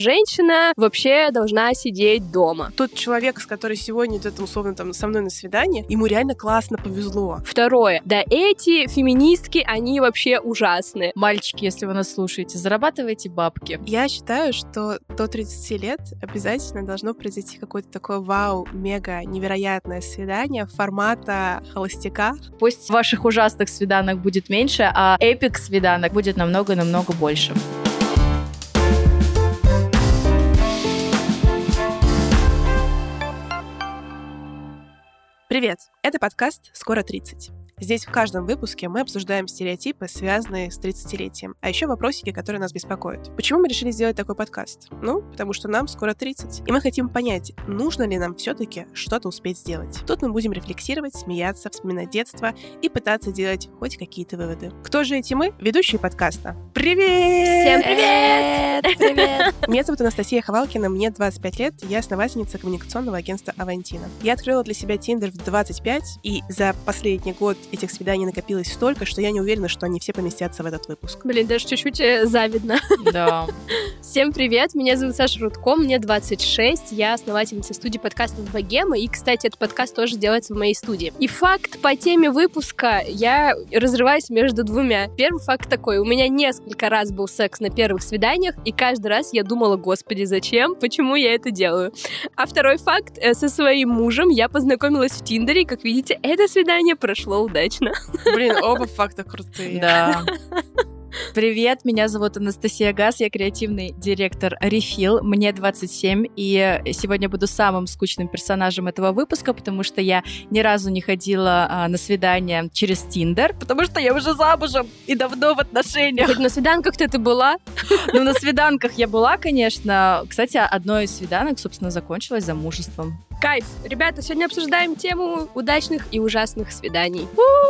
Женщина вообще должна сидеть дома. Тот человек, с которым сегодня идет, условно, там, со мной на свидание, ему реально классно повезло. Второе. Да эти феминистки, они вообще ужасные. Мальчики, если вы нас слушаете, зарабатывайте бабки. Я считаю, что до 30 лет обязательно должно произойти какое-то такое вау, мега, невероятное свидание формата холостяка. Пусть ваших ужасных свиданок будет меньше, а эпик свиданок будет намного-намного больше. Привет! Это подкаст «Скоро 30». Здесь в каждом выпуске мы обсуждаем стереотипы, связанные с 30-летием, а еще вопросики, которые нас беспокоят. Почему мы решили сделать такой подкаст? Ну, потому что нам скоро 30, и мы хотим понять, нужно ли нам все-таки что-то успеть сделать. Тут мы будем рефлексировать, смеяться, вспоминать детство и пытаться делать хоть какие-то выводы. Кто же эти мы? Ведущие подкаста. Привет! Всем привет! Привет! Меня зовут Анастасия Ховалкина, мне 25 лет, я основательница коммуникационного агентства «Авантина». Я открыла для себя Tinder в 25, и за последний год этих свиданий накопилось столько, что я не уверена, что они все поместятся в этот выпуск. Блин, даже чуть-чуть завидно. Да. Всем привет, меня зовут Саша Рудко, мне 26, я основательница студии подкастов «Богема», и, кстати, этот подкаст тоже делается в моей студии. И факт по теме выпуска, я разрываюсь между двумя. Первый факт такой, у меня несколько раз был секс на первых свиданиях, и каждый раз я думала, господи, зачем, почему я это делаю? А второй факт, со своим мужем я познакомилась в Тиндере, и, как видите, это свидание прошло удачно. Блин, оба факта крутые. Да. Привет, меня зовут Анастасия Гас, я креативный директор Refill, мне 27, и сегодня буду самым скучным персонажем этого выпуска, потому что я ни разу не ходила на свидание через Tinder, потому что я уже замужем и давно в отношениях. Хоть на свиданках-то ты была? Ну, на свиданках я была, конечно. Кстати, одно из свиданок, собственно, закончилось замужеством. Кайф! Ребята, сегодня обсуждаем тему удачных и ужасных свиданий.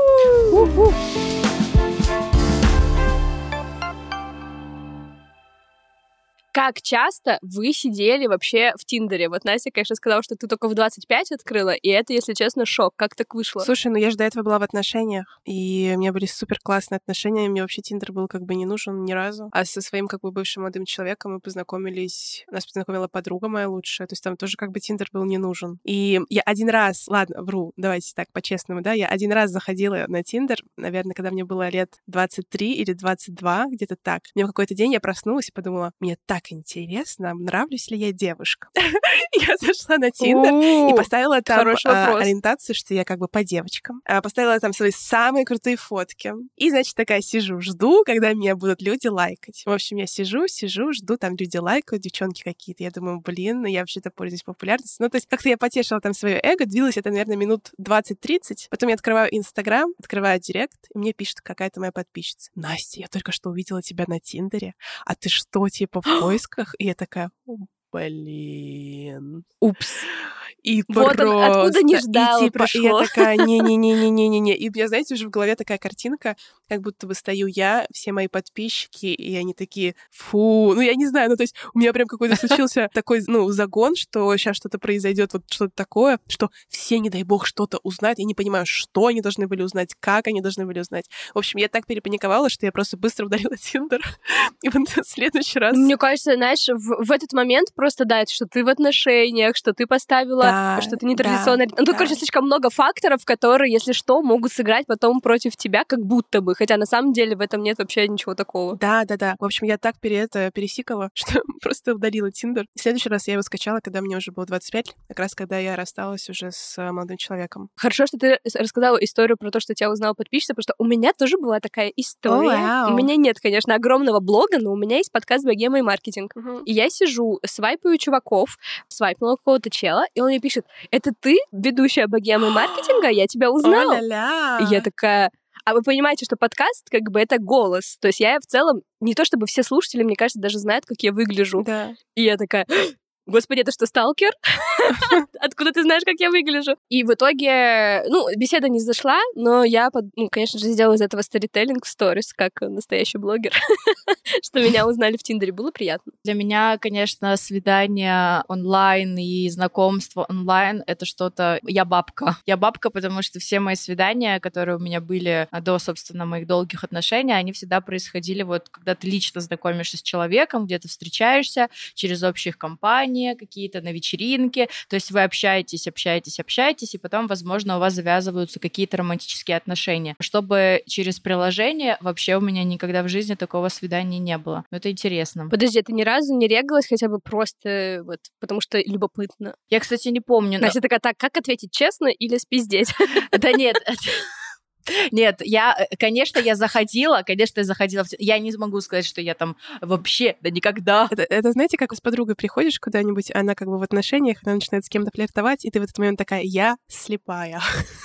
Как часто вы сидели вообще в Тиндере? Вот Настя, конечно, сказала, что ты только в 25 открыла, и это, если честно, шок. Как так вышло? Слушай, ну я же до этого была в отношениях, и у меня были супер классные отношения, и мне вообще Тиндер был как бы не нужен ни разу. А со своим как бы бывшим молодым человеком мы познакомились, нас познакомила подруга моя лучшая, то есть там тоже как бы Тиндер был не нужен. И я один раз, ладно, вру, давайте так по-честному, да, я один раз заходила на Тиндер, наверное, когда мне было лет 23 или 22, где-то так. Мне в какой-то день я проснулась и подумала, мне так интересно, нравлюсь ли я девушка. Я зашла на Тиндер и поставила там ориентацию, что я как бы по девочкам. Поставила там свои самые крутые фотки. И, значит, такая сижу, жду, когда меня будут люди лайкать. В общем, я сижу, жду, там люди лайкают, девчонки какие-то. Я думаю, блин, ну я вообще-то пользуюсь популярностью. Ну, то есть как-то я потешила там свое эго, длилось это, наверное, минут 20-30. Потом я открываю Инстаграм, открываю Директ, и мне пишет какая-то моя подписчица. Настя, я только что увидела тебя на Тиндере, а ты что, типа, в поисках? И я такая, блин. Упс. И вот просто... он, откуда не ждала, и, типа, пришло. И я такая, не-не-не-не-не-не. И я, знаете, уже в голове такая картинка, как будто бы стою я, все мои подписчики, и они такие, фу. Ну, я не знаю, ну, то есть у меня прям какой-то случился такой, ну, загон, что сейчас что-то произойдет, вот что-то такое, что все, не дай бог, что-то узнают. Я не понимаю, что они должны были узнать, как они должны были узнать. В общем, я так перепаниковала, что я просто быстро удалила Тиндер. И вот в следующий раз... Мне кажется, знаешь, в этот момент просто, да, что ты в отношениях, что ты поставила, что ты нетрадиционно... Ну, тут, короче, слишком много факторов, которые, если что, могут сыграть потом против тебя, как будто бы. Хотя на самом деле в этом нет вообще ничего такого. Да. В общем, я так пересикала, что просто удалила Тиндер. В следующий раз я его скачала, когда мне уже было 25, как раз когда я рассталась уже с молодым человеком. Хорошо, что ты рассказала историю про то, что тебя узнала подписчица, потому что у меня тоже была такая история. У меня нет, конечно, огромного блога, но у меня есть подкаст «Богема и маркетинг». И я сижу, свайпаю чуваков, свайпнула какого-то чела, и он мне пишет, это ты, ведущая «Богемы и маркетинга? Я тебя узнала. И я такая... А вы понимаете, что подкаст, как бы, это голос. То есть я в целом, не то чтобы все слушатели, мне кажется, даже знают, как я выгляжу. Да. И я такая... Господи, это что, сталкер? Откуда ты знаешь, как я выгляжу? И в итоге, ну, беседа не зашла, но я, конечно же, сделала из этого сторителлинг в сторис, как настоящий блогер. что меня узнали в Тиндере. Было приятно. Для меня, конечно, свидание онлайн и знакомство онлайн — это что-то... Я бабка. Я бабка, потому что все мои свидания, которые у меня были до, собственно, моих долгих отношений, они всегда происходили вот, когда ты лично знакомишься с человеком, где-то встречаешься через общие компании, какие-то на вечеринке, то есть вы общаетесь, и потом, возможно, у вас завязываются какие-то романтические отношения. Чтобы через приложение, вообще у меня никогда в жизни такого свидания не было. Но это интересно. Подожди, ты ни разу не регалась хотя бы просто вот, потому что любопытно? Я, кстати, не помню. Настя такая, так, как ответить, честно или спиздеть? Да нет, нет, конечно, я заходила, я не могу сказать, что я там вообще, да никогда. Это знаете, как с подругой приходишь куда-нибудь, она как бы в отношениях, она начинает с кем-то флиртовать, и ты в этот момент такая, я слепая.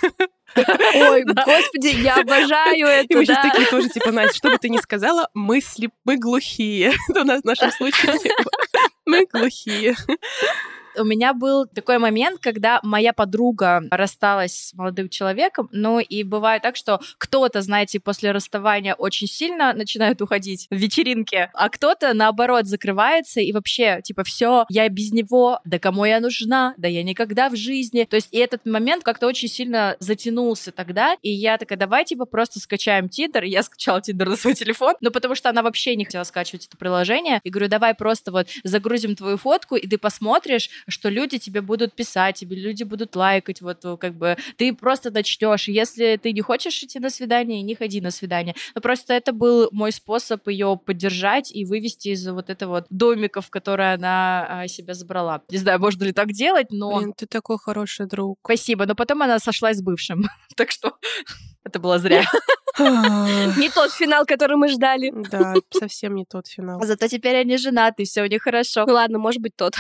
Ой, господи, я обожаю это, и мы сейчас такие тоже, типа, Настя, что бы ты ни сказала, мы глухие. Это у нас в нашем случае, мы глухие. У меня был такой момент, когда моя подруга рассталась с молодым человеком, ну и бывает так, что кто-то, знаете, после расставания очень сильно начинает уходить в вечеринки, а кто-то, наоборот, закрывается и вообще, типа, все, я без него, да кому я нужна, да я никогда в жизни. То есть и этот момент как-то очень сильно затянулся тогда, и я такая, давай, типа, просто скачаем Тиндер, и я скачала Тиндер на свой телефон, ну потому что она вообще не хотела скачивать это приложение, и говорю, давай просто вот загрузим твою фотку, и ты посмотришь, что люди тебе будут писать, тебе люди будут лайкать, вот как бы ты просто начнешь. Если ты не хочешь идти на свидание, не ходи на свидание. Но просто это был мой способ ее поддержать и вывести из вот этого вот домика, в который она себя забрала. Не знаю, можно ли так делать, но... Блин, ты такой хороший друг. Спасибо, но потом она сошлась с бывшим, так что это было зря. Не тот финал, который мы ждали. Да, совсем не тот финал. Зато теперь они женаты, все у них хорошо. Ну ладно, может быть, тот.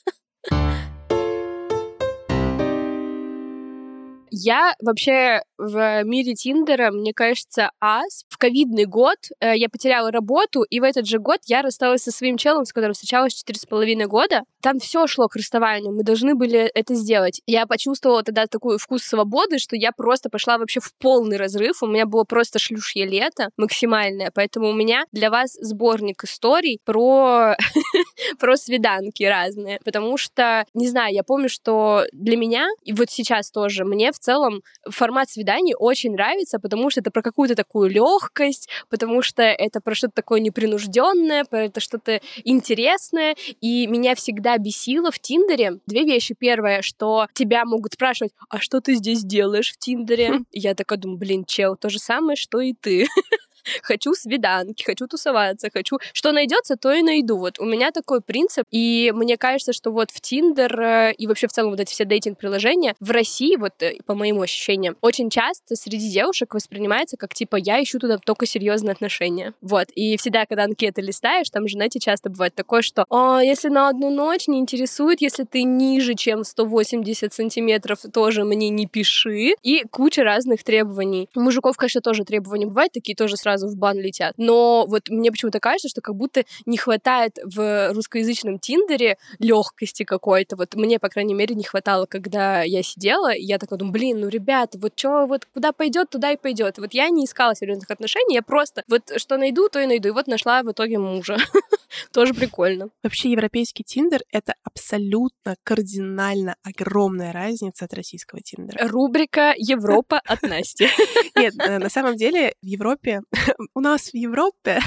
Я вообще в мире Тиндера, мне кажется, ас. В ковидный год я потеряла работу, и в этот же год я рассталась со своим челом, с которым встречалась 4,5 года. Там все шло к расставанию, мы должны были это сделать. Я почувствовала тогда такой вкус свободы, что я просто пошла вообще в полный разрыв. У меня было просто шлюшье лето максимальное, поэтому у меня для вас сборник историй про свиданки разные. Потому что, не знаю, я помню, что для меня, и вот сейчас тоже, мне в целом формат свиданий очень нравится, потому что это про какую-то такую легкость, потому что это про что-то такое непринужденное, про это что-то интересное. И меня всегда бесило в Тиндере две вещи. Первое, что тебя могут спрашивать, а что ты здесь делаешь в Тиндере? И я такая думаю, блин, чел, то же самое, что и ты. Хочу свиданки, хочу тусоваться, хочу... Что найдется, то и найду. Вот у меня такой принцип, и мне кажется, что вот в Тиндер и вообще в целом вот эти все дейтинг-приложения в России, вот по моим ощущениям, очень часто среди девушек воспринимается как типа я ищу туда только серьезные отношения. Вот. И всегда, когда анкеты листаешь, там же, знаете, часто бывает такое, что если на одну ночь не интересует, если ты ниже, чем 180 сантиметров, тоже мне не пиши. И куча разных требований. У мужиков, конечно, тоже требования бывают, такие тоже сразу в бан летят. Но вот мне почему-то кажется, что как будто не хватает в русскоязычном Тиндере легкости какой-то. Вот мне, по крайней мере, не хватало, когда я сидела, и я такая думаю, блин, ну, ребята, вот что, вот куда пойдет, туда и пойдет. Вот я не искала серьезных отношений, я просто вот что найду, то и найду. И вот нашла в итоге мужа. Тоже прикольно. Вообще европейский Тиндер — это абсолютно кардинально огромная разница от российского Тиндера. Рубрика «Европа от Насти». Нет, на самом деле в Европе, у нас в Европе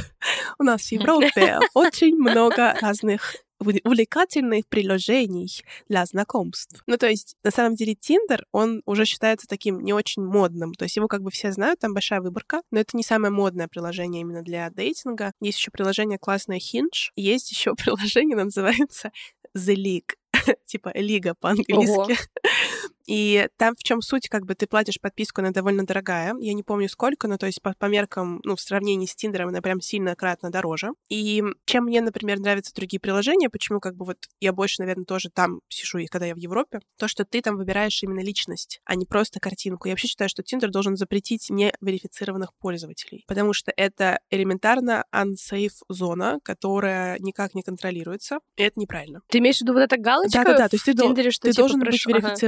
очень много разных увлекательных приложений для знакомств. Ну, то есть, на самом деле, Тиндер, он уже считается таким не очень модным. То есть его как бы все знают, там большая выборка, но это не самое модное приложение именно для дейтинга. Есть еще приложение классное Hinge, есть еще приложение, оно называется The League. Типа лига по-английски. И там в чем суть, как бы ты платишь подписку, она довольно дорогая. Я не помню сколько, но то есть по меркам, ну, в сравнении с Тиндером она прям сильно кратно дороже. И чем мне, например, нравятся другие приложения, почему как бы вот я больше, наверное, тоже там сижу, и когда я в Европе, то, что ты там выбираешь именно личность, а не просто картинку. Я вообще считаю, что Тиндер должен запретить неверифицированных пользователей, потому что это элементарно unsafe зона, которая никак не контролируется, и это неправильно. Ты имеешь в виду вот эта галочка? Да-да-да, то есть ты Тиндере, что ты типа должен быть верифицирован. Каждый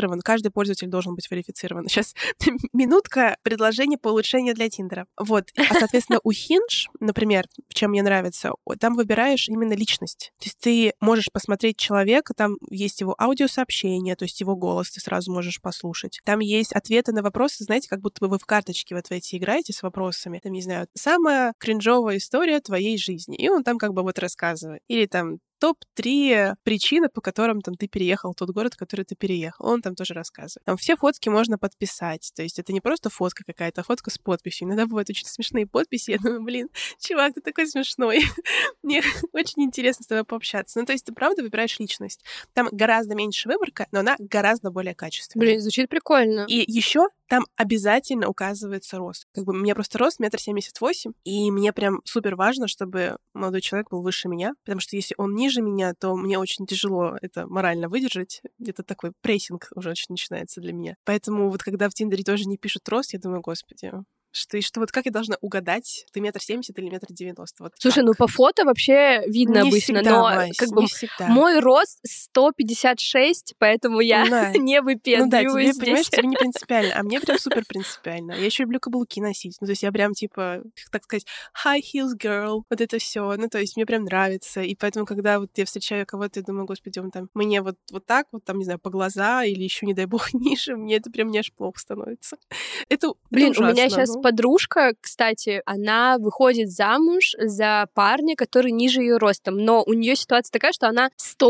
каждый пользователь должен быть верифицирован. Сейчас минутка предложений по улучшению для Тиндера. Вот. А, соответственно, у Hinge, например, чем мне нравится, там выбираешь именно личность. То есть ты можешь посмотреть человека, там есть его аудиосообщение, то есть его голос ты сразу можешь послушать. Там есть ответы на вопросы, знаете, как будто бы вы в карточки вот в эти играете с вопросами. Там, не знаю, самая кринжовая история твоей жизни. И он там как бы вот рассказывает. Или там топ-3 причины, по которым там ты переехал в тот город, в который ты переехал. Он там тоже рассказывает. Там все фотки можно подписать. То есть это не просто фотка какая-то, а фотка с подписью. Иногда бывают очень смешные подписи. Я думаю, блин, чувак, ты такой смешной. Мне очень интересно с тобой пообщаться. Ну, то есть ты правда выбираешь личность. Там гораздо меньше выборка, но она гораздо более качественная. Блин, звучит прикольно. И еще там обязательно указывается рост. Как бы у меня просто рост 1,78 м, и мне прям супер важно, чтобы молодой человек был выше меня, потому что если он ниже меня, то мне очень тяжело это морально выдержать. Это такой прессинг уже очень начинается для меня. Поэтому вот когда в Тиндере тоже не пишут рост, я думаю, господи, что вот как я должна угадать, ты 1,70 м или 1,90 м? Вот слушай, так. ну по фото вообще видно Не обычно, всегда, но Вась, как бы не всегда. мой рост 156, поэтому я Да. не Ну да, выпендриваюсь тебе, понимаешь, здесь. тебе не принципиально, а мне прям супер принципиально. Я еще люблю каблуки носить. Ну, то есть я прям, типа, так сказать, high heels girl, вот это все. Ну, то есть мне прям нравится. И поэтому, когда вот я встречаю кого-то, я думаю, господи, он там мне вот так вот, там, не знаю, по глаза или еще, не дай бог, ниже, мне это прям аж плохо становится. Блин, это у меня ужасно, сейчас ну. подружка, кстати, она выходит замуж за парня, который ниже ее ростом, но у нее ситуация такая, что она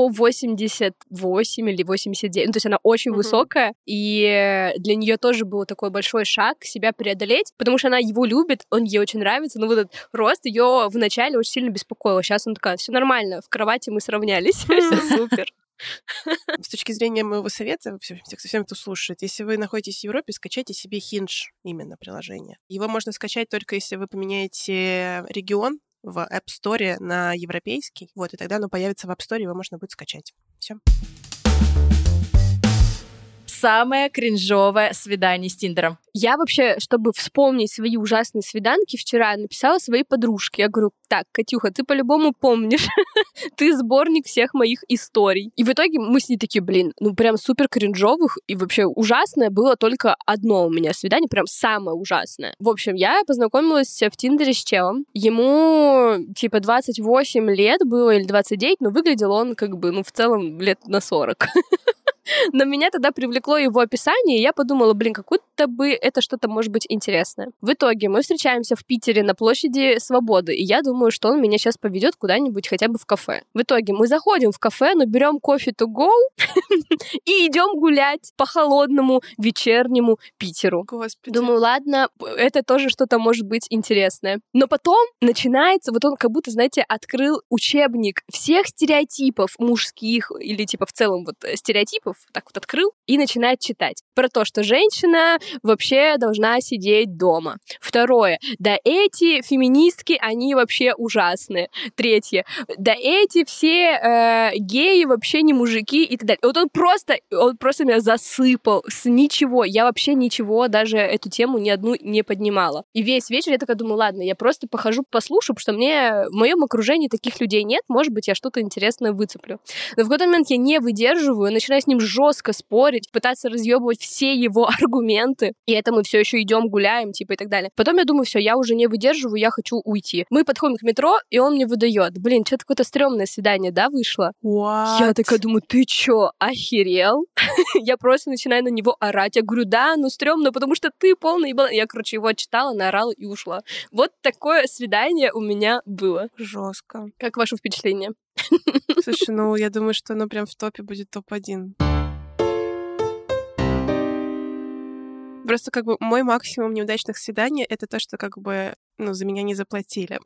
188 или 89, ну, то есть она очень высокая, и для нее тоже был такой большой шаг себя преодолеть, потому что она его любит, он ей очень нравится, но вот этот рост ее вначале очень сильно беспокоил. Сейчас она такая, все нормально, в кровати мы сравнялись, все супер. С точки зрения моего совета, всем, кто слушает, если вы находитесь в Европе, скачайте себе Hinge, именно приложение. Его можно скачать только если вы поменяете регион в App Store на европейский, вот, и тогда оно появится в App Store, его можно будет скачать. Все. Самое кринжовое свидание с Тиндером. Я вообще, чтобы вспомнить свои ужасные свиданки, вчера написала своей подружке. Я говорю, так, Катюха, ты по-любому помнишь. Ты сборник всех моих историй. И в итоге мы с ней такие, блин, ну прям супер кринжовых. И вообще ужасное было только одно у меня свидание, прям самое ужасное. В общем, я познакомилась в Тиндере с челом. Ему типа 28 лет было или 29, но выглядел он как бы, ну в целом лет на 40. Но меня тогда привлекло его описание, и я подумала, блин, как-то бы это что-то может быть интересное. В итоге мы встречаемся в Питере на площади Свободы, и я думаю, что он меня сейчас поведет куда-нибудь хотя бы в кафе. В итоге мы заходим в кафе, но берем кофе to go и идем гулять по холодному вечернему Питеру. Господи. Думаю, ладно, это тоже что-то может быть интересное. Но потом начинается, вот он как будто, знаете, открыл учебник всех стереотипов мужских или типа в целом вот стереотипов, так вот открыл и начинает читать про то, что женщина вообще должна сидеть дома. Второе, да эти феминистки, они вообще ужасные. Третье, да эти все геи вообще не мужики и так далее. Вот он просто меня засыпал с ничего. Я вообще ничего, даже эту тему ни одну не поднимала. И весь вечер я такая думаю, ладно, я просто похожу, послушаю, потому что в моем окружении таких людей нет, может быть, я что-то интересное выцеплю. Но в какой-то момент я не выдерживаю, начинаю с ним жестко спорить, пытаться разъебывать все его аргументы, и это мы все еще идем, гуляем, типа и так далее. Потом я думаю, все, я уже не выдерживаю, я хочу уйти. Мы подходим к метро, и он мне выдает. Блин, что-то какое-то стрёмное свидание, да, вышло? What? Я такая думаю, ты чё, охерел? Я просто начинаю на него орать. Я говорю, да, ну стрёмно, потому что ты полный ебан. Я, короче, его отчитала, наорала и ушла. Вот такое свидание у меня было. Жестко. Как ваше впечатление? Слушай, ну я думаю, что оно прям в топе будет топ-1. Просто как бы мой максимум неудачных свиданий — это то, что как бы, ну, за меня не заплатили.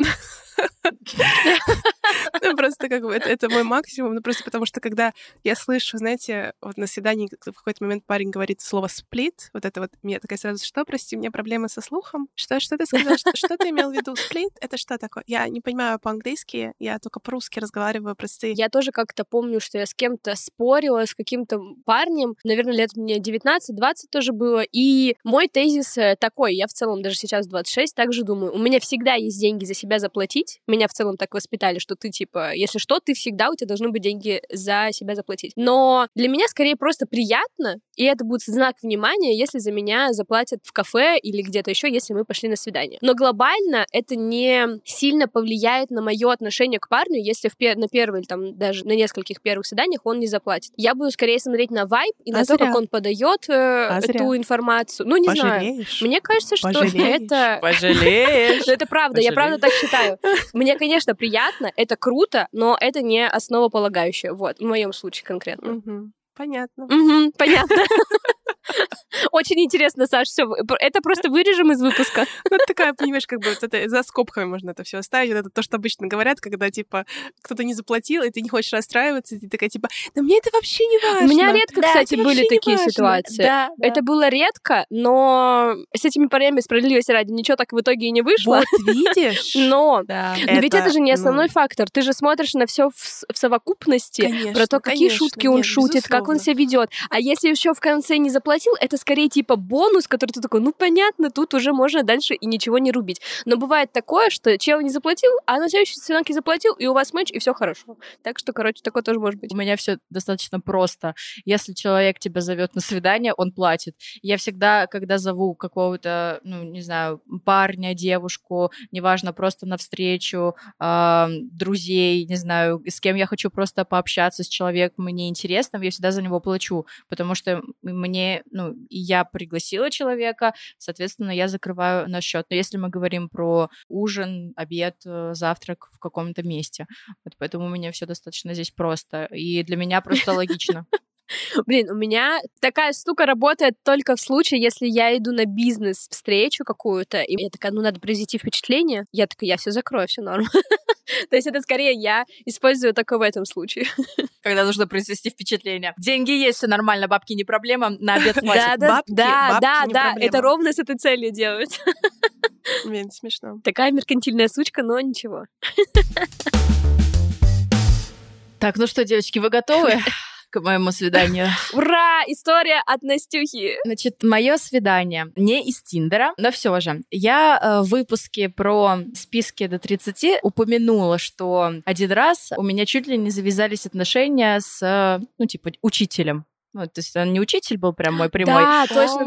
Ну, просто как бы это мой максимум. Ну, просто потому что когда я слышу, знаете, вот на свидании в какой-то момент парень говорит слово «сплит», вот это вот, мне такая сразу, что, прости, у меня проблемы со слухом? Что ты сказал? Что ты имел в виду? «Сплит» — это что такое? Я не понимаю по-английски, я только по-русски разговариваю, прости. Я тоже как-то помню, что я с кем-то спорила, с каким-то парнем, наверное, лет мне 19-20 тоже было, и мой тезис такой, я в целом даже сейчас 26 также думаю, у меня всегда есть деньги за себя заплатить, меня в целом так воспитали, что ты, типа, типа, если что, у тебя должны быть деньги за себя заплатить. Но для меня скорее просто приятно, и это будет знак внимания, если за меня заплатят в кафе или где-то еще, если мы пошли на свидание. Но глобально это не сильно повлияет на мое отношение к парню, если на первый или там даже на нескольких первых свиданиях он не заплатит. Я буду скорее смотреть на вайб и на то, как он подает эту информацию. Ну, не знаю. Мне кажется, что это... Пожалеешь. Это правда, я правда так считаю. Мне, конечно, приятно, это круто, но это не основополагающее. Вот, в моем случае конкретно. Понятно. Понятно. Очень интересно, Саш, все. Это просто вырежем из выпуска. Ну, такая, понимаешь, как бы вот это, за скобками можно это все оставить. Это то, что обычно говорят, когда, типа, кто-то не заплатил, и ты не хочешь расстраиваться, и ты такая, типа, да мне это вообще не важно. У меня редко, кстати, были такие ситуации. Да. Это было редко, но с этими парнями справедливости ради ничего так в итоге и не вышло. Вот, видишь? Но ведь это же не основной фактор. Ты же смотришь на все в совокупности, про то, какие шутки он шутит, как он себя ведет. А если еще в конце не заплатил, это скорее типа бонус, который ты такой, ну понятно, тут уже можно дальше и ничего не рубить. Но бывает такое, что чел не заплатил, а на следующей свиданке заплатил, и у вас матч, и все хорошо. Так что, короче, такое тоже может быть. У меня все достаточно просто. Если человек тебя зовет на свидание, он платит. Я всегда, когда зову какого-то, ну, не знаю, парня, девушку, неважно, просто навстречу, друзей, не знаю, с кем я хочу просто пообщаться, с человеком мне интересным, я всегда за него плачу, потому что мне, ну, я пригласила человека, соответственно, я закрываю на счет. Но если мы говорим про ужин, обед, завтрак в каком-то месте, вот поэтому у меня все достаточно здесь просто. И для меня просто логично. Блин, у меня такая штука работает только в случае, если я иду на бизнес-встречу какую-то, и я такая, ну, надо произвести впечатление. Я такая, я все закрою, все норм. То есть это скорее я использую только в этом случае. Когда нужно произвести впечатление. Деньги есть, все нормально, бабки не проблема, на обед хватит. Да, это ровно с этой целью делают. Блин, смешно. Такая меркантильная сучка, но ничего. Так, ну что, девочки, вы готовы к моему свиданию? Ура! История от Настюхи! Значит, мое свидание не из Тиндера, но все же. Я в выпуске про списки до 30 упомянула, что один раз у меня чуть ли не завязались отношения с, ну, типа, учителем. Ну, то есть он не учитель был прям мой прямой. Да,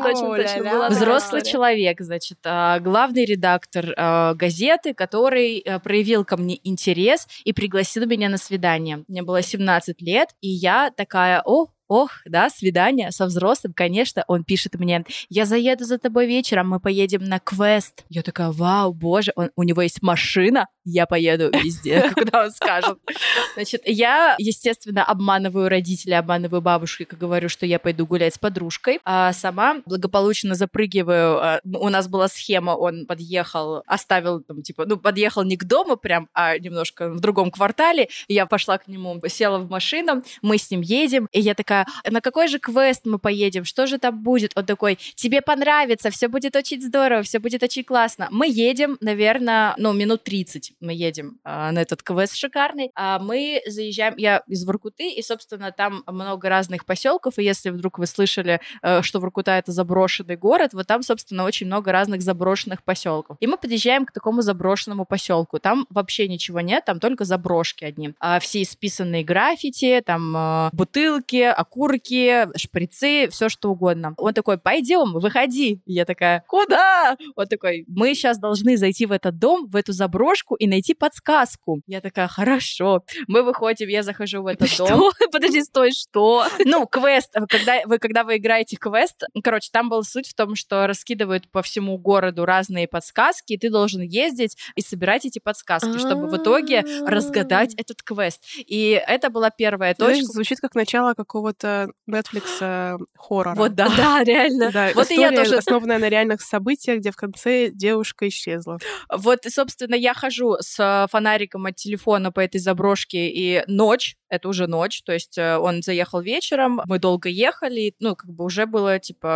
точно. Взрослый человек, значит, главный редактор газеты, который проявил ко мне интерес и пригласил меня на свидание. Мне было 17 лет, и я такая, да, свидание со взрослым, конечно. Он пишет мне, я заеду за тобой вечером, мы поедем на квест. Я такая, вау, боже, у него есть машина, я поеду везде, куда он скажет. Значит, я, естественно, обманываю родителей, обманываю бабушку, и говорю, что я пойду гулять с подружкой, а сама благополучно запрыгиваю. У нас была схема, он подъехал, оставил, там, типа, ну, подъехал не к дому прям, а немножко в другом квартале. Я пошла к нему, села в машину, мы с ним едем, и я такая, на какой же квест мы поедем, что же там будет? Он такой, тебе понравится, все будет очень здорово, все будет очень классно. Мы едем, наверное, минут 30 мы едем на этот квест шикарный, а мы заезжаем, я из Воркуты, и, собственно, там много разных поселков, и если вдруг вы слышали, что Воркута — это заброшенный город, вот там, собственно, очень много разных заброшенных поселков. И мы подъезжаем к такому заброшенному поселку. Там вообще ничего нет, там только заброшки одни. Все исписанные граффити, там бутылки, окурки, шприцы, все что угодно. Он такой, пойдем, выходи. Я такая, куда? Он такой, мы сейчас должны зайти в этот дом, в эту заброшку и найти подсказку. Я такая, хорошо. Мы выходим, я захожу в этот дом. Подожди, стой, что? Ну, квест. Когда вы играете квест, короче, там была суть в том, что раскидывают по всему городу разные подсказки, и ты должен ездить и собирать эти подсказки, чтобы в итоге разгадать этот квест. И это была первая точка. Звучит как начало какого-то Netflix хоррора. Вот, да. Да, реально. Да, вот история, и я тоже... основанная на реальных событиях, где в конце девушка исчезла. Вот, собственно, я хожу с фонариком от телефона по этой заброшке, и ночь, это уже ночь, то есть он заехал вечером, мы долго ехали, уже было,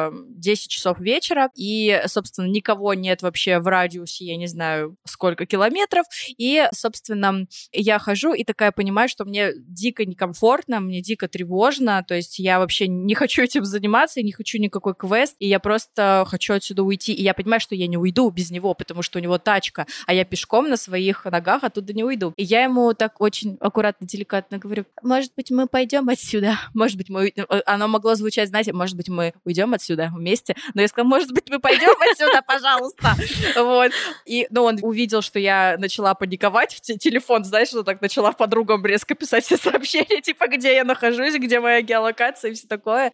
10 часов вечера, и, собственно, никого нет вообще в радиусе, я не знаю, сколько километров, и, собственно, я хожу и такая понимаю, что мне дико некомфортно, мне дико тревожно, то есть я вообще не хочу этим заниматься, я не хочу никакой квест, и я просто хочу отсюда уйти, и я понимаю, что я не уйду без него, потому что у него тачка, а я пешком на своих ногах оттуда не уйду. И я ему так очень аккуратно, деликатно говорю: может быть, мы пойдем отсюда? Может быть, Оно могло звучать, знаете, может быть, мы уйдем отсюда вместе, но я сказала: может быть, мы пойдем отсюда, пожалуйста. Вот. И, он увидел, что я начала паниковать в телефон, знаешь, что так начала подругам резко писать все сообщения, где я нахожусь, где моя геолокация и все такое.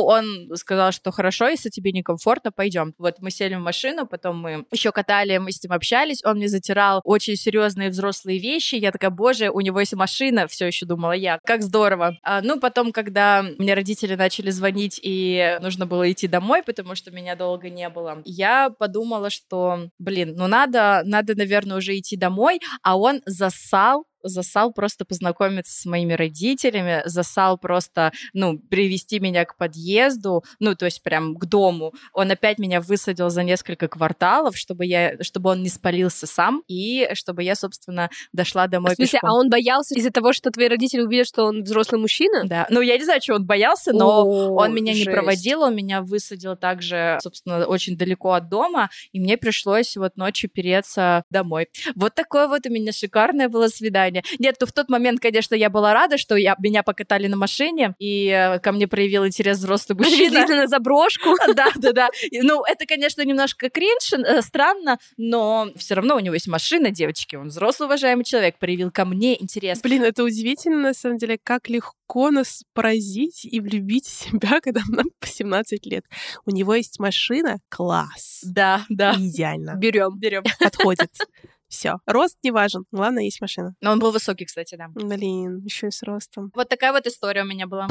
Он сказал, что хорошо, если тебе некомфортно, пойдем. Вот мы сели в машину, потом мы еще катали, мы с ним общались, он мне затирал очень серьезные взрослые вещи. Я такая: боже, у него есть машина, все еще думала я. Как здорово. Потом, когда мне родители начали звонить, и нужно было идти домой, потому что меня долго не было, я подумала, что, надо, наверное, уже идти домой, а он засал просто познакомиться с моими родителями, засал просто, привести меня к подъезду, то есть прям к дому. Он опять меня высадил за несколько кварталов, чтобы он не спалился сам, и чтобы я, собственно, дошла домой пешком. А он боялся из-за того, что твои родители увидят, что он взрослый мужчина? Да. Я не знаю, чего он боялся, но он меня не проводил, он меня высадил также, собственно, очень далеко от дома, и мне пришлось ночью переться домой. Вот такое у меня шикарное было свидание. Нет, в тот момент, конечно, я была рада, что меня покатали на машине, и ко мне проявил интерес взрослый мужчина. Привезли на заброшку. Да. Это, конечно, немножко кринж, странно, но все равно у него есть машина, девочки, он взрослый, уважаемый человек, проявил ко мне интерес. Это удивительно, на самом деле, как легко нас поразить и влюбить в себя, когда нам по 17 лет. У него есть машина, класс. Да. Идеально. Берем. Подходит. Все. Рост не важен. Главное, есть машина. Но он был высокий, кстати, да. Еще и с ростом. Вот такая история у меня была.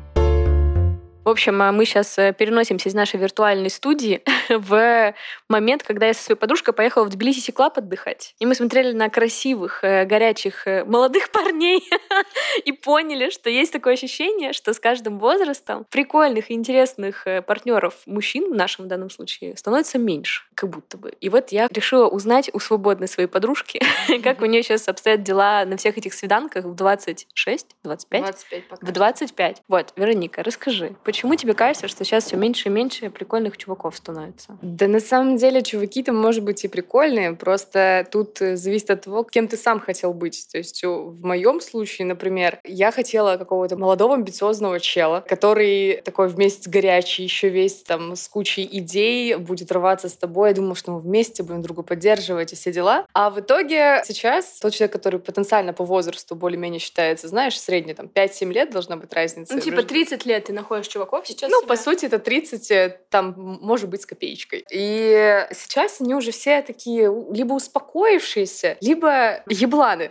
В общем, мы сейчас переносимся из нашей виртуальной студии в момент, когда я со своей подружкой поехала в Тбилиси Клаб отдыхать. И мы смотрели на красивых, горячих, молодых парней и поняли, что есть такое ощущение, что с каждым возрастом прикольных и интересных партнеров мужчин, в нашем данном случае, становится меньше, как будто бы. И я решила узнать у свободной своей подружки, как у нее сейчас обстоят дела на всех этих свиданках в 26, 25? 25 пока. В 25. Вероника, расскажи, почему тебе кажется, что сейчас все меньше и меньше прикольных чуваков становится? Да на самом деле чуваки-то, может быть, и прикольные, просто тут зависит от того, кем ты сам хотел быть. То есть в моем случае, например, я хотела какого-то молодого амбициозного чела, который такой вместе горячий, еще весь с кучей идей, будет рваться с тобой. Я думала, что мы вместе будем друга поддерживать и все дела. А в итоге сейчас тот человек, который потенциально по возрасту более-менее считается, знаешь, средний 5-7 лет должна быть разница. 30 лет ты находишь чуваков сейчас? По сути, это 30, может быть, с копеечкой. И сейчас они уже все такие либо успокоившиеся, либо ебланы.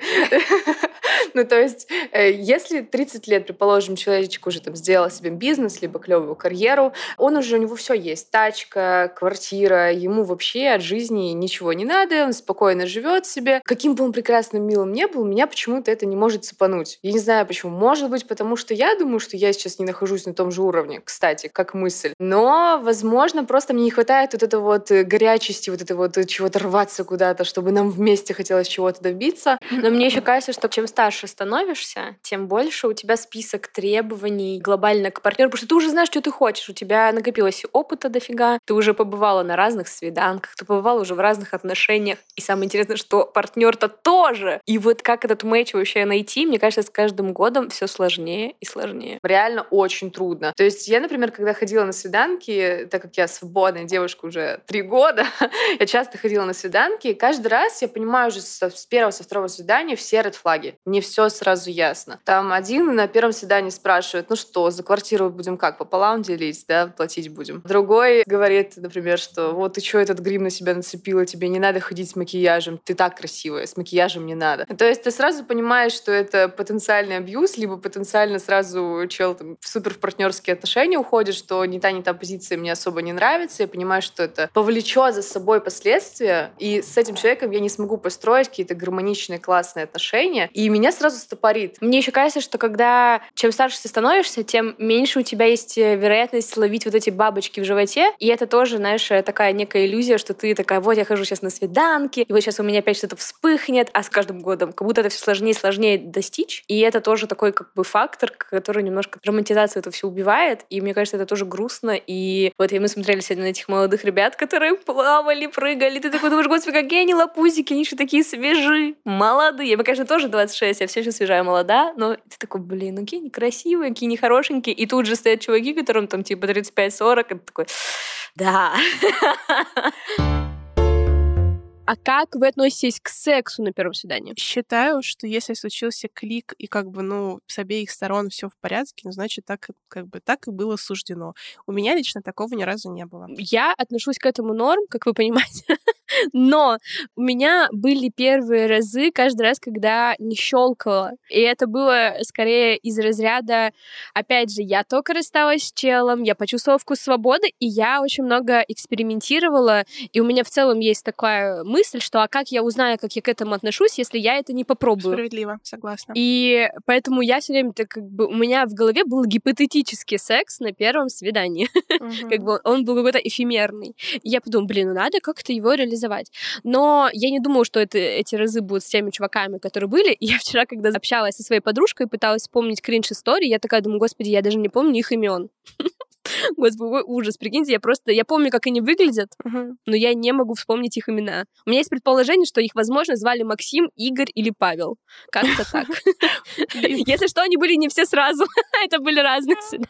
То есть, если 30 лет, предположим, человечек уже сделал себе бизнес, либо клевую карьеру, у него все есть. Тачка, квартира, ему вообще от жизни ничего не надо, он спокойно живет себе. Каким бы он прекрасным, милым не был, меня почему-то это не может цепануть. Я не знаю почему. Может быть, потому что я думаю, что я сейчас не нахожусь на том же уровне, кстати, как мысль. Но, возможно, просто мне не хватает горячести, чего-то рваться куда-то, чтобы нам вместе хотелось чего-то добиться. Но мне еще кажется, что чем старше становишься, тем больше у тебя список требований глобально к партнеру, потому что ты уже знаешь, что ты хочешь, у тебя накопилось опыта дофига, ты уже побывала на разных свиданках, ты побывала уже в разных отношениях, и самое интересное, что партнер-то тоже. И как этот матч вообще найти, мне кажется, с каждым годом все сложнее и сложнее. Реально очень трудно. То есть я, например, когда ходила на свиданки, так как я свободная девушка уже 3 года, я часто ходила на свиданки, и каждый раз я понимаю уже с первого, со второго свидания все ред-флаги. Мне все сразу ясно. Там один на первом свидании спрашивает: ну что, за квартиру будем как, пополам делить, да, платить будем. Другой говорит, например, что ты что этот грим на себя нацепила, тебе не надо ходить с макияжем, ты так красивая, с макияжем не надо. То есть ты сразу понимаешь, что это потенциальный абьюз, либо потенциально сразу чел супер в партнерские отношения уходит, что ни та позиция мне особо не нравится, я понимаю, что это повлечет за собой последствия, и с этим человеком я не смогу построить какие-то гармоничные, классные отношения. И меня сразу сразу стопорит. Мне еще кажется, что когда чем старше ты становишься, тем меньше у тебя есть вероятность ловить вот эти бабочки в животе. И это тоже, знаешь, такая некая иллюзия, что ты такая, вот я хожу сейчас на свиданки, и вот сейчас у меня опять что-то вспыхнет, а с каждым годом как будто это все сложнее и сложнее достичь. И это тоже такой как бы фактор, который немножко романтизацию это все убивает. И мне кажется, это тоже грустно. И вот мы смотрели сегодня на этих молодых ребят, которые плавали, прыгали. Ты такой думаешь, господи, какие они лапузики, они еще такие свежие, молодые. Мне, конечно, тоже 26, я все еще свежая, молода, но ты такой, блин, какие они красивые, какие они хорошенькие. И тут же стоят чуваки, которым там типа 35-40, и ты такой, да. А как вы относитесь к сексу на первом свидании? Считаю, что если случился клик и как бы, с обеих сторон все в порядке, значит, так и было суждено. У меня лично такого ни разу не было. Я отношусь к этому норм, как вы понимаете. Но у меня были первые разы каждый раз, когда не щелкало. И это было скорее из разряда, опять же, я только рассталась с челом, я почувствовала вкус свободы, и я очень много экспериментировала. И у меня в целом есть такая мысль, что а как я узнаю, как я к этому отношусь, если я это не попробую? Справедливо, согласна. И поэтому я все время у меня в голове был гипотетический секс на первом свидании. Как бы он был какой-то эфемерный. И я подумала, надо как-то его реализовать. Но я не думала, что эти разы будут с теми чуваками, которые были. И я вчера, когда общалась со своей подружкой, пыталась вспомнить кринж-истории, я такая думаю, господи, я даже не помню их имен. Господи, ужас, прикиньте, я помню, как они выглядят, но я не могу вспомнить их имена. У меня есть предположение, что их, возможно, звали Максим, Игорь или Павел. Как-то так. Если что, они были не все сразу. Это были разные свидания.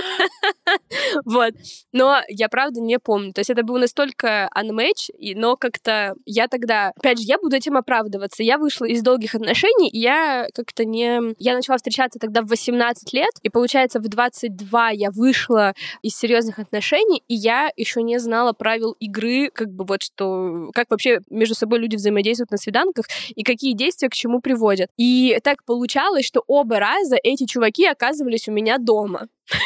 Вот. Но я, правда, не помню. То есть это был настолько unmatch, но как-то я тогда... Опять же, я буду этим оправдываться. Я вышла из долгих отношений, и я как-то не... Я начала встречаться тогда в 18 лет, и, получается, в 22 я вышла из серьезных отношений, и я еще не знала правил игры, как бы вот что... Как вообще между собой люди взаимодействуют на свиданках, и какие действия к чему приводят. И так получалось, что оба раза эти чуваки оказывались у меня дома.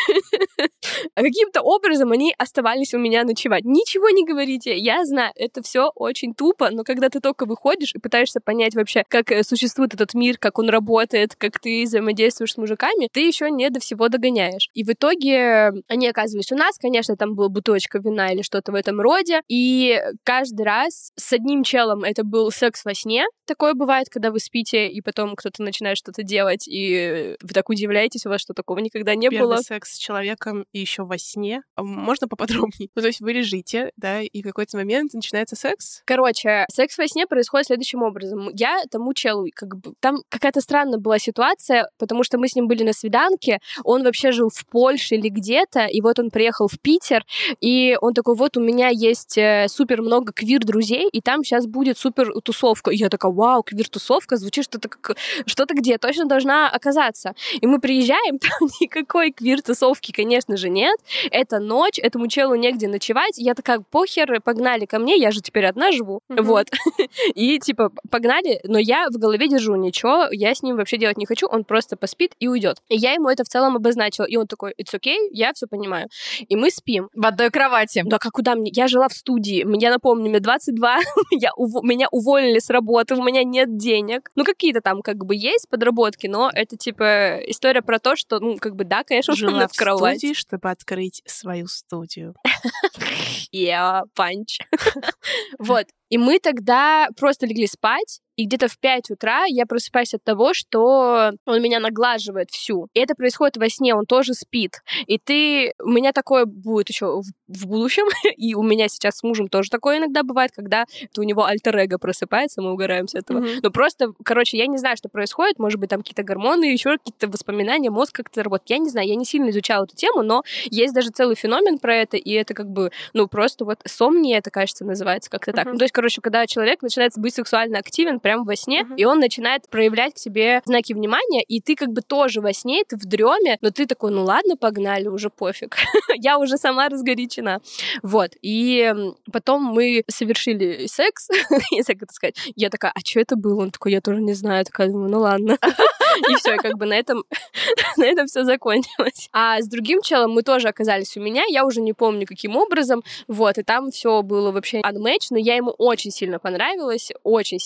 А каким-то образом они оставались у меня ночевать. Ничего не говорите, я знаю, это все очень тупо, но когда ты только выходишь и пытаешься понять вообще, как существует этот мир, как он работает, как ты взаимодействуешь с мужиками, ты еще не до всего догоняешь. И в итоге они оказывались у нас, конечно, там была бутылочка вина или что-то в этом роде, и каждый раз с одним челом это был секс во сне. Такое бывает, когда вы спите, и потом кто-то начинает что-то делать, и вы так удивляетесь, у вас что такого никогда не было. Секс с человеком и еще во сне. Можно поподробнее? То есть вы лежите, да, и в какой-то момент начинается секс? Короче, секс во сне происходит следующим образом. Я тому челу, там какая-то странная была ситуация, потому что мы с ним были на свиданке, он вообще жил в Польше или где-то, и вот он приехал в Питер, и он такой, вот у меня есть супер много квир-друзей, и там сейчас будет супер тусовка. И я такая, вау, квир-тусовка, звучит что-то где я точно должна оказаться. И мы приезжаем, там никакой квир-тусовки, конечно же, нет. Это ночь, этому челу негде ночевать. Я такая, похер, погнали ко мне, я же теперь одна живу. Вот. И типа, погнали, но я в голове держу ничего, я с ним вообще делать не хочу, он просто поспит и уйдет. И я ему это в целом обозначила. И он такой, it's okay, я все понимаю. И мы спим. В одной кровати. Да, куда мне? Я жила в студии. Я напомню, мне 22, меня уволили с работы, у меня нет денег. Какие-то там как бы есть подработки, но это типа история про то, что, да, конечно, жила в кровати. Студии, чтобы открыть свою студию. Панч. Вот. И мы тогда просто легли спать, и где-то в 5 утра я просыпаюсь от того, что он меня наглаживает всю. И это происходит во сне, он тоже спит. И у меня такое будет еще в будущем, и у меня сейчас с мужем тоже такое иногда бывает, когда у него альтер-эго просыпается, мы угораем с этого. Но просто, я не знаю, что происходит, может быть, там какие-то гормоны, еще какие-то воспоминания, мозг как-то работает. Я не знаю, я не сильно изучала эту тему, но есть даже целый феномен про это, и это просто вот сомния, это, кажется, называется как-то так. То есть, когда человек начинает быть сексуально активен прямо во сне, и он начинает проявлять к себе знаки внимания, и ты тоже во сне, ты в дреме, но ты такой, ладно, погнали, уже пофиг. Я уже сама разгорячена. Вот. И потом мы совершили секс, если так сказать. Я такая, а что это было? Он такой, я тоже не знаю. Я такая, думаю, ладно. И все, на этом все закончилось. А с другим челом мы тоже оказались у меня, я уже не помню, каким образом, вот, и там все было вообще unmatched, но я ему очень сильно понравилась, очень сильно, он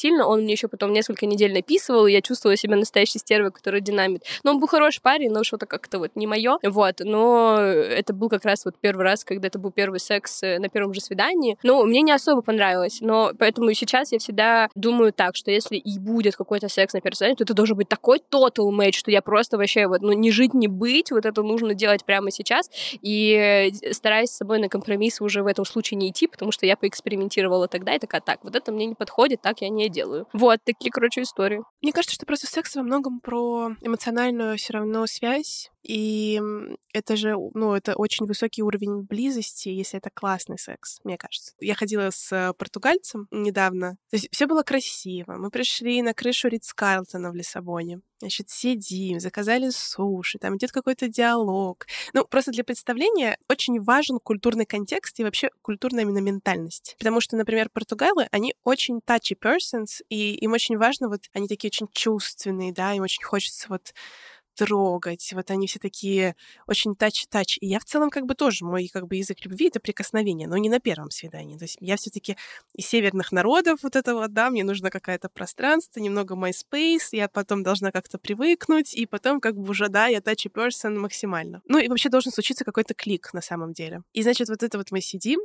мне еще потом несколько недель написывал, и я чувствовала себя настоящей стервой, которая динамит. Но он был хороший парень, но что-то как-то вот не мое. Вот, но это был как раз вот первый раз, когда это был первый секс на первом же свидании. Ну, мне не особо понравилось, но поэтому сейчас я всегда думаю так, что если и будет какой-то секс на первом свидании, то это должен быть такой total match, что я просто вообще вот, ну, не жить, не быть, вот это нужно делать прямо сейчас, и стараюсь с собой на компромисс уже в этом случае не идти, потому что я поэкспериментировала тогда и такая, так, вот это мне не подходит, так я не делаю. Вот, такие, короче, истории. Мне кажется, что просто секс во многом про эмоциональную все равно связь, и это же, ну, это очень высокий уровень близости, если это классный секс, мне кажется. Я ходила с португальцем недавно, то есть все было красиво. Мы пришли на крышу Ритц-Карлтона в Лиссабоне. Значит, сидим, заказали суши, там идет какой-то диалог. Ну, просто для представления очень важен культурный контекст и вообще культурная именно ментальность. Потому что, например, португалы, они очень touchy persons, и им очень важно, вот, они такие очень чувственные, да, им очень хочется вот трогать, вот они все такие очень тач-тач. И я в целом как бы тоже, мой как бы язык любви — это прикосновение, но не на первом свидании. То есть я все таки из северных народов вот этого, да, мне нужно какое-то пространство, немного MySpace, я потом должна как-то привыкнуть, и потом как бы уже, да, я touchy person максимально. Ну и вообще должен случиться какой-то клик на самом деле. И значит, вот это вот мы сидим,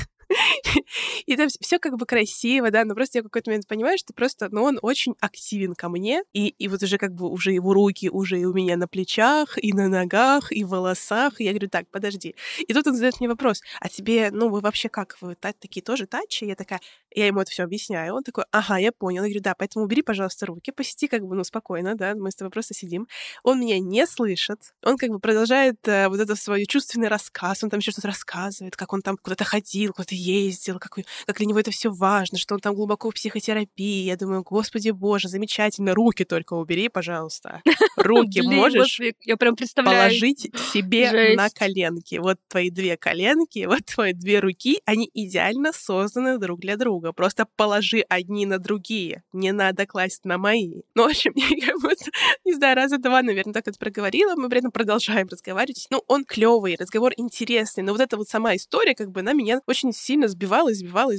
и там все как бы красиво, да, но просто я в какой-то момент понимаю, что просто, ну, он очень активен ко мне, и вот уже как бы уже его руки уже и у меня на плечах, и на ногах, и в волосах, и я говорю, так, подожди. И тут он задает мне вопрос, а тебе, ну, вы вообще как, вы такие тоже тачи? Я такая, я ему это все объясняю, он такой, ага, я понял. Я говорю, да, поэтому убери, пожалуйста, руки, посиди как бы, ну, спокойно, да, мы с тобой просто сидим. Он меня не слышит, он как бы продолжает вот это свой чувственный рассказ, он там еще что-то рассказывает, как он там куда-то ходил, куда-то ездил, как для него это все важно, что он там глубоко в психотерапии. Я думаю, господи боже, замечательно, руки только убери, пожалуйста. Руки можешь я прям представляю. Положить себе на коленки. Вот твои 2 коленки, вот твои 2 руки, они идеально созданы друг для друга. Просто положи одни на другие. Не надо класть на мои. Ну, в общем, я как будто, не знаю, раза 2, наверное, так это проговорила. Мы при этом продолжаем разговаривать. Ну, он клёвый, разговор интересный. Но вот эта вот сама история, как бы, она меня очень сильно сбивала.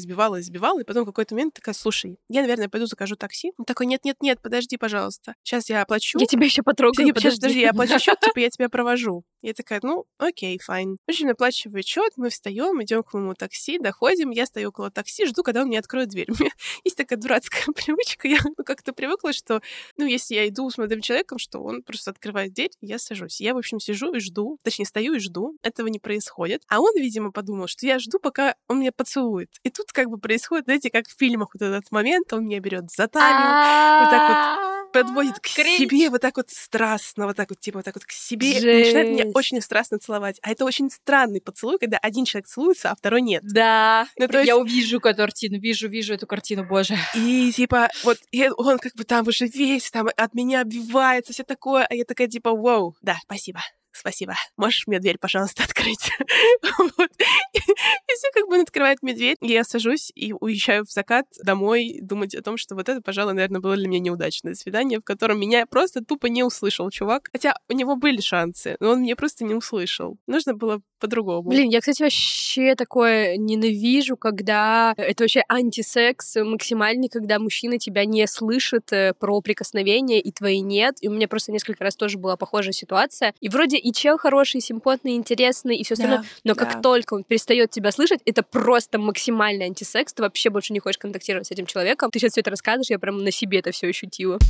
И потом в какой-то момент такая, слушай, я, наверное, пойду закажу такси. Он такой, нет, подожди, пожалуйста. Сейчас я оплачу. Я тебя еще потрогаю, Подожди, я оплачу счет, типа, я тебя провожу. Я такая, ну, окей, файн. В общем, оплачиваю счет, мы встаем, идем к моему такси, доходим, я стою около такси, жду, когда он мне откроет дверь. У меня есть такая дурацкая привычка, я как-то привыкла, что, ну, если я иду с молодым человеком, что он просто открывает дверь, и я сажусь. Я, в общем, сижу и жду, точнее, стою и жду, этого не происходит. А он, видимо, подумал, что я жду, пока он меня поцелует. И тут как бы происходит, знаете, как в фильмах вот этот момент, он меня берет за талию, вот так вот подводит к себе, вот так вот страстно, вот так вот, типа, вот так вот к себе, и начинает меня очень страстно целовать. А это очень странный поцелуй, когда один человек целуется, а второй нет. Да, ну, то есть... я увижу картину, вижу эту картину, боже. И, типа, вот, и он как бы там уже весь, там от меня обвивается, все такое, а я такая, типа, вау, да, спасибо. Можешь мне дверь, пожалуйста, открыть? Вот. И все, как бы он открывает мне дверь, и я сажусь и уезжаю в закат домой думать о том, что вот это, пожалуй, наверное, было для меня неудачное свидание, в котором меня просто тупо не услышал чувак. Хотя у него были шансы, но он меня просто не услышал. Нужно было по-другому. Блин, я, кстати, вообще такое ненавижу, когда это вообще антисекс максимальный, когда мужчина тебя не слышит про прикосновения, и твои нет. И у меня просто несколько раз тоже была похожая ситуация. И вроде и чел хороший, симпотный, интересный, и все остальное, но как только он перестает тебя слышать, это просто максимальный антисекс. Ты вообще больше не хочешь контактировать с этим человеком. Ты сейчас все это рассказываешь, я прям на себе это все ощутила.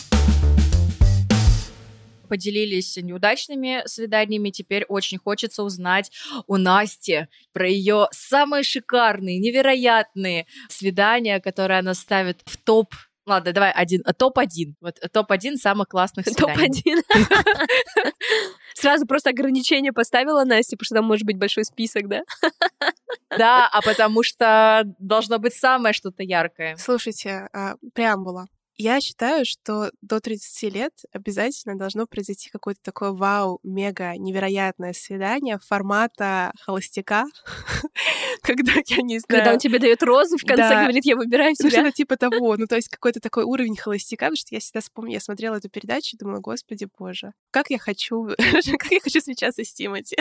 Поделились неудачными свиданиями. Теперь очень хочется узнать у Насти про ее самые шикарные, невероятные свидания, которые она ставит в топ. Ладно, давай топ-1. Вот топ-1 самых классных свиданий. Топ-1. Сразу просто ограничение поставила Настя, потому что там может быть большой список, да? Да, а потому что должно быть самое что-то яркое. Слушайте, преамбула. Я считаю, что до 30 лет обязательно должно произойти какое-то такое вау, мега невероятное свидание формата холостяка, когда, я не знаю... Когда он тебе дает розу, в конце говорит, я выбираю Ну, тебя. что-то типа того. Ну, то есть какой-то такой уровень холостяка, потому что я всегда вспомню, я смотрела эту передачу и думала, господи боже, как я хочу встречаться с Тимати.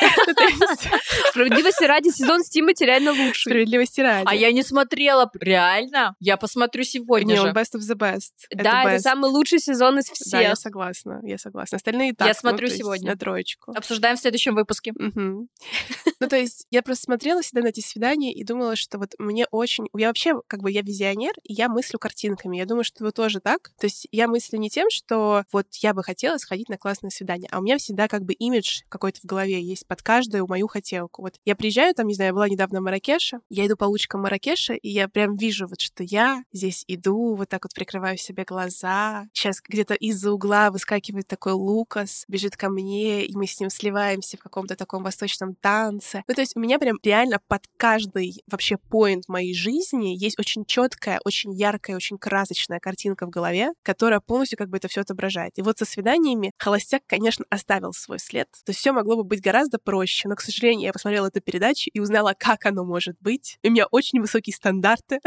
Справедливости ради, сезон с Тимати реально лучший. Справедливости ради. А я не смотрела. Реально? Я посмотрю сегодня Не, же. он best of the best. Да, это самый лучший сезон из Да, я всех. согласна. Остальные так. Я смотрю сегодня. На троечку. Обсуждаем в следующем выпуске. Ну, то есть я просто смотрела всегда на эти свидания и думала, что вот мне очень... Я вообще, я визионер, и я мыслю картинками. Я думаю, что вы тоже так. То есть я мыслю не тем, что вот я бы хотела сходить на классное свидание, а у меня всегда имидж какой-то в голове есть под каждую мою хотелку. Вот я приезжаю, там, не знаю, я была недавно в Марракеше, я иду по улочкам Марракеша, и я прям вижу вот, что я здесь иду, вот так вот прикрываю себе глаза. Сейчас где-то из-за угла выскакивает такой Лукас, бежит ко мне, и мы с ним сливаемся в каком-то таком восточном танце. Ну, то есть у меня прям реально под каждый вообще поинт моей жизни есть очень четкая, очень яркая, очень красочная картинка в голове, которая полностью это все отображает. И вот со свиданиями холостяк, конечно, оставил свой след. То есть все могло бы быть гораздо проще, но, к сожалению, я посмотрела эту передачу и узнала, как оно может быть. И у меня очень высокие стандарты.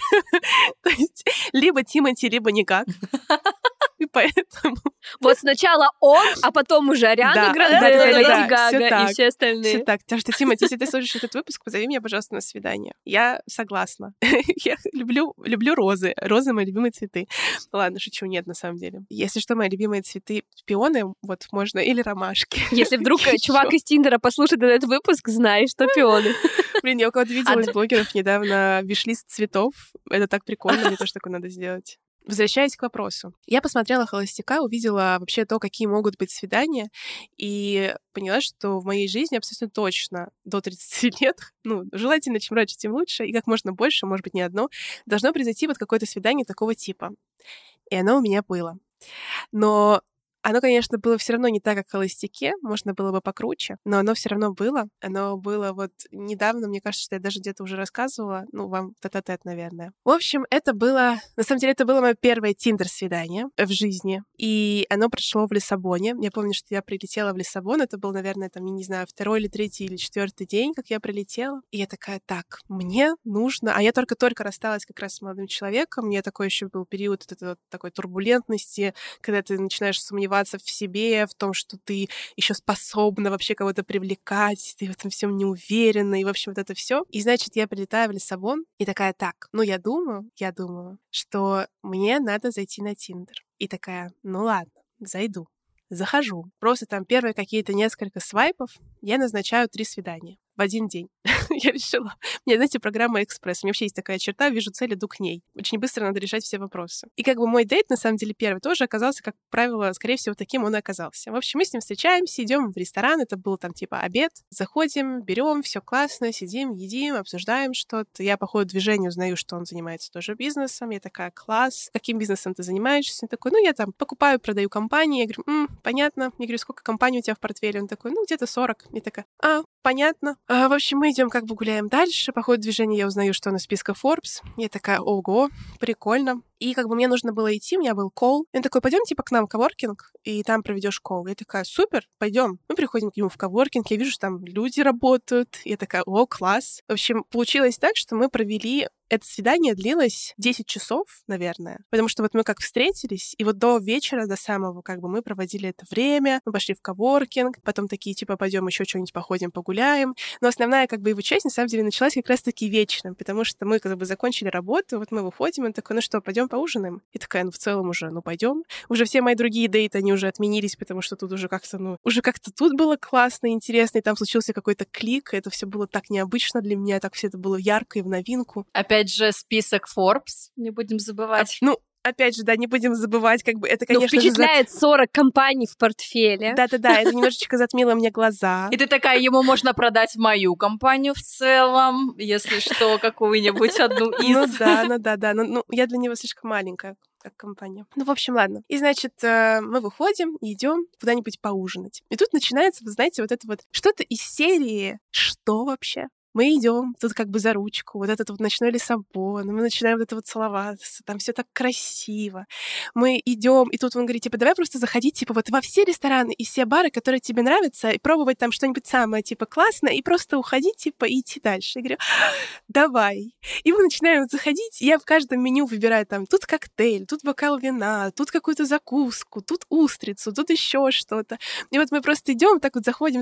То есть либо Тимати, либо никак. И поэтому... Вот сначала он, а потом уже Ариана Гранде, Леди Гага и все остальные. Все так. Так что, Тимати, если ты слушаешь этот выпуск, позови меня, пожалуйста, на свидание. Я согласна. Я люблю розы. Розы — мои любимые цветы. Ладно, шучу, нет, на самом деле. Если что, мои любимые цветы — пионы, вот можно, или ромашки. Если вдруг чувак из Тиндера послушает этот выпуск, знай, что пионы. Блин, я у кого-то видела из блогеров недавно виш-лист цветов. Это так прикольно, мне тоже такое надо сделать. Возвращаясь к вопросу. Я посмотрела «Холостяка», увидела вообще то, какие могут быть свидания, и поняла, что в моей жизни абсолютно точно до 30 лет, желательно, чем раньше, тем лучше, и как можно больше, может быть, не одно, должно произойти вот какое-то свидание такого типа. И оно у меня было. Но оно, конечно, было все равно не так, как в «Холостяке», можно было бы покруче, но оно все равно было. Оно было вот недавно, мне кажется, что я даже где-то уже рассказывала, вам тет-а-тет, наверное. В общем, на самом деле, это было мое первое Тиндер-свидание в жизни, и оно прошло в Лиссабоне. Я помню, что я прилетела в Лиссабон, это был, наверное, я не знаю, 2-й или 3-й или 4-й день, как я прилетела, и я такая, так, мне нужно... А я только-только рассталась как раз с молодым человеком, у меня такой еще был период такой турбулентности, когда ты начинаешь сомневаться в себе, в том, что ты еще способна вообще кого-то привлекать, ты в этом всем не уверена, и, в общем, вот это все. И, значит, я прилетаю в Лиссабон и такая, так, я думаю, что мне надо зайти на Тиндер. И такая, ладно, зайду. Захожу. Просто там первые какие-то несколько свайпов, я назначаю 3 свидания в один день. Я решила. У меня, знаете, программа «Экспресс». У меня вообще есть такая черта, вижу цель, иду к ней. Очень быстро надо решать все вопросы. И мой дейт, на самом деле, первый тоже оказался, как правило, скорее всего, таким он и оказался. В общем, мы с ним встречаемся, идем в ресторан, это был там типа обед. Заходим, берем, все классно, сидим, едим, обсуждаем что-то. Я по ходу движения узнаю, что он занимается тоже бизнесом. Я такая, класс, каким бизнесом ты занимаешься? Он такой, я там покупаю, продаю компании. Я говорю, понятно. Я говорю, сколько компаний у тебя в портфеле? Он такой, где-то 40. Я такая, понятно. В общем, мы идем гуляем дальше. По ходу движения я узнаю, что он из списка Forbes. Я такая, ого, прикольно. И мне нужно было идти, у меня был колл. Он такой, пойдем к нам в коворкинг, и там проведешь колл. Я такая, супер, пойдем. Мы приходим к нему в коворкинг, я вижу, что там люди работают. Я такая, о, класс. В общем, получилось так, что мы провели... Это свидание длилось 10 часов, наверное, потому что мы встретились, и до вечера, до самого, мы проводили это время, мы пошли в коворкинг, потом такие, пойдем еще что-нибудь походим, погуляем. Но основная, его часть, на самом деле, началась как раз-таки вечером, потому что мы, закончили работу, мы выходим, он такой, что, пойдем поужинаем? И такая, в целом уже, пойдем. Уже все мои другие дейты, они уже отменились, потому что тут уже как-то тут было классно, интересно, и там случился какой-то клик, и это все было так необычно для меня, так все это было ярко и в новинку. Опять же, список Forbes, не будем забывать. Опять же, да, не будем забывать, это, конечно впечатляет 40 компаний в портфеле. Да-да-да, это немножечко затмило мне глаза. И ты такая, ему можно продать мою компанию в целом, если что, какую-нибудь одну из. Да. Я для него слишком маленькая, как компания. В общем, ладно. И, значит, мы выходим, идем куда-нибудь поужинать. И тут начинается, вы знаете, это что-то из серии «Что вообще?» Мы идем тут как бы за ручку, вот этот вот ночной Лиссабон, мы начинаем вот это вот целоваться, там все так красиво. Мы идем, и тут он говорит, типа, давай просто заходить, типа, вот во все рестораны и все бары, которые тебе нравятся, и пробовать там что-нибудь самое, типа, классное, и просто уходить, типа, и идти дальше. Я говорю, давай. И мы начинаем заходить, и я в каждом меню выбираю там, тут коктейль, тут бокал вина, тут какую-то закуску, тут устрицу, тут еще что-то. И вот мы просто идем, так вот заходим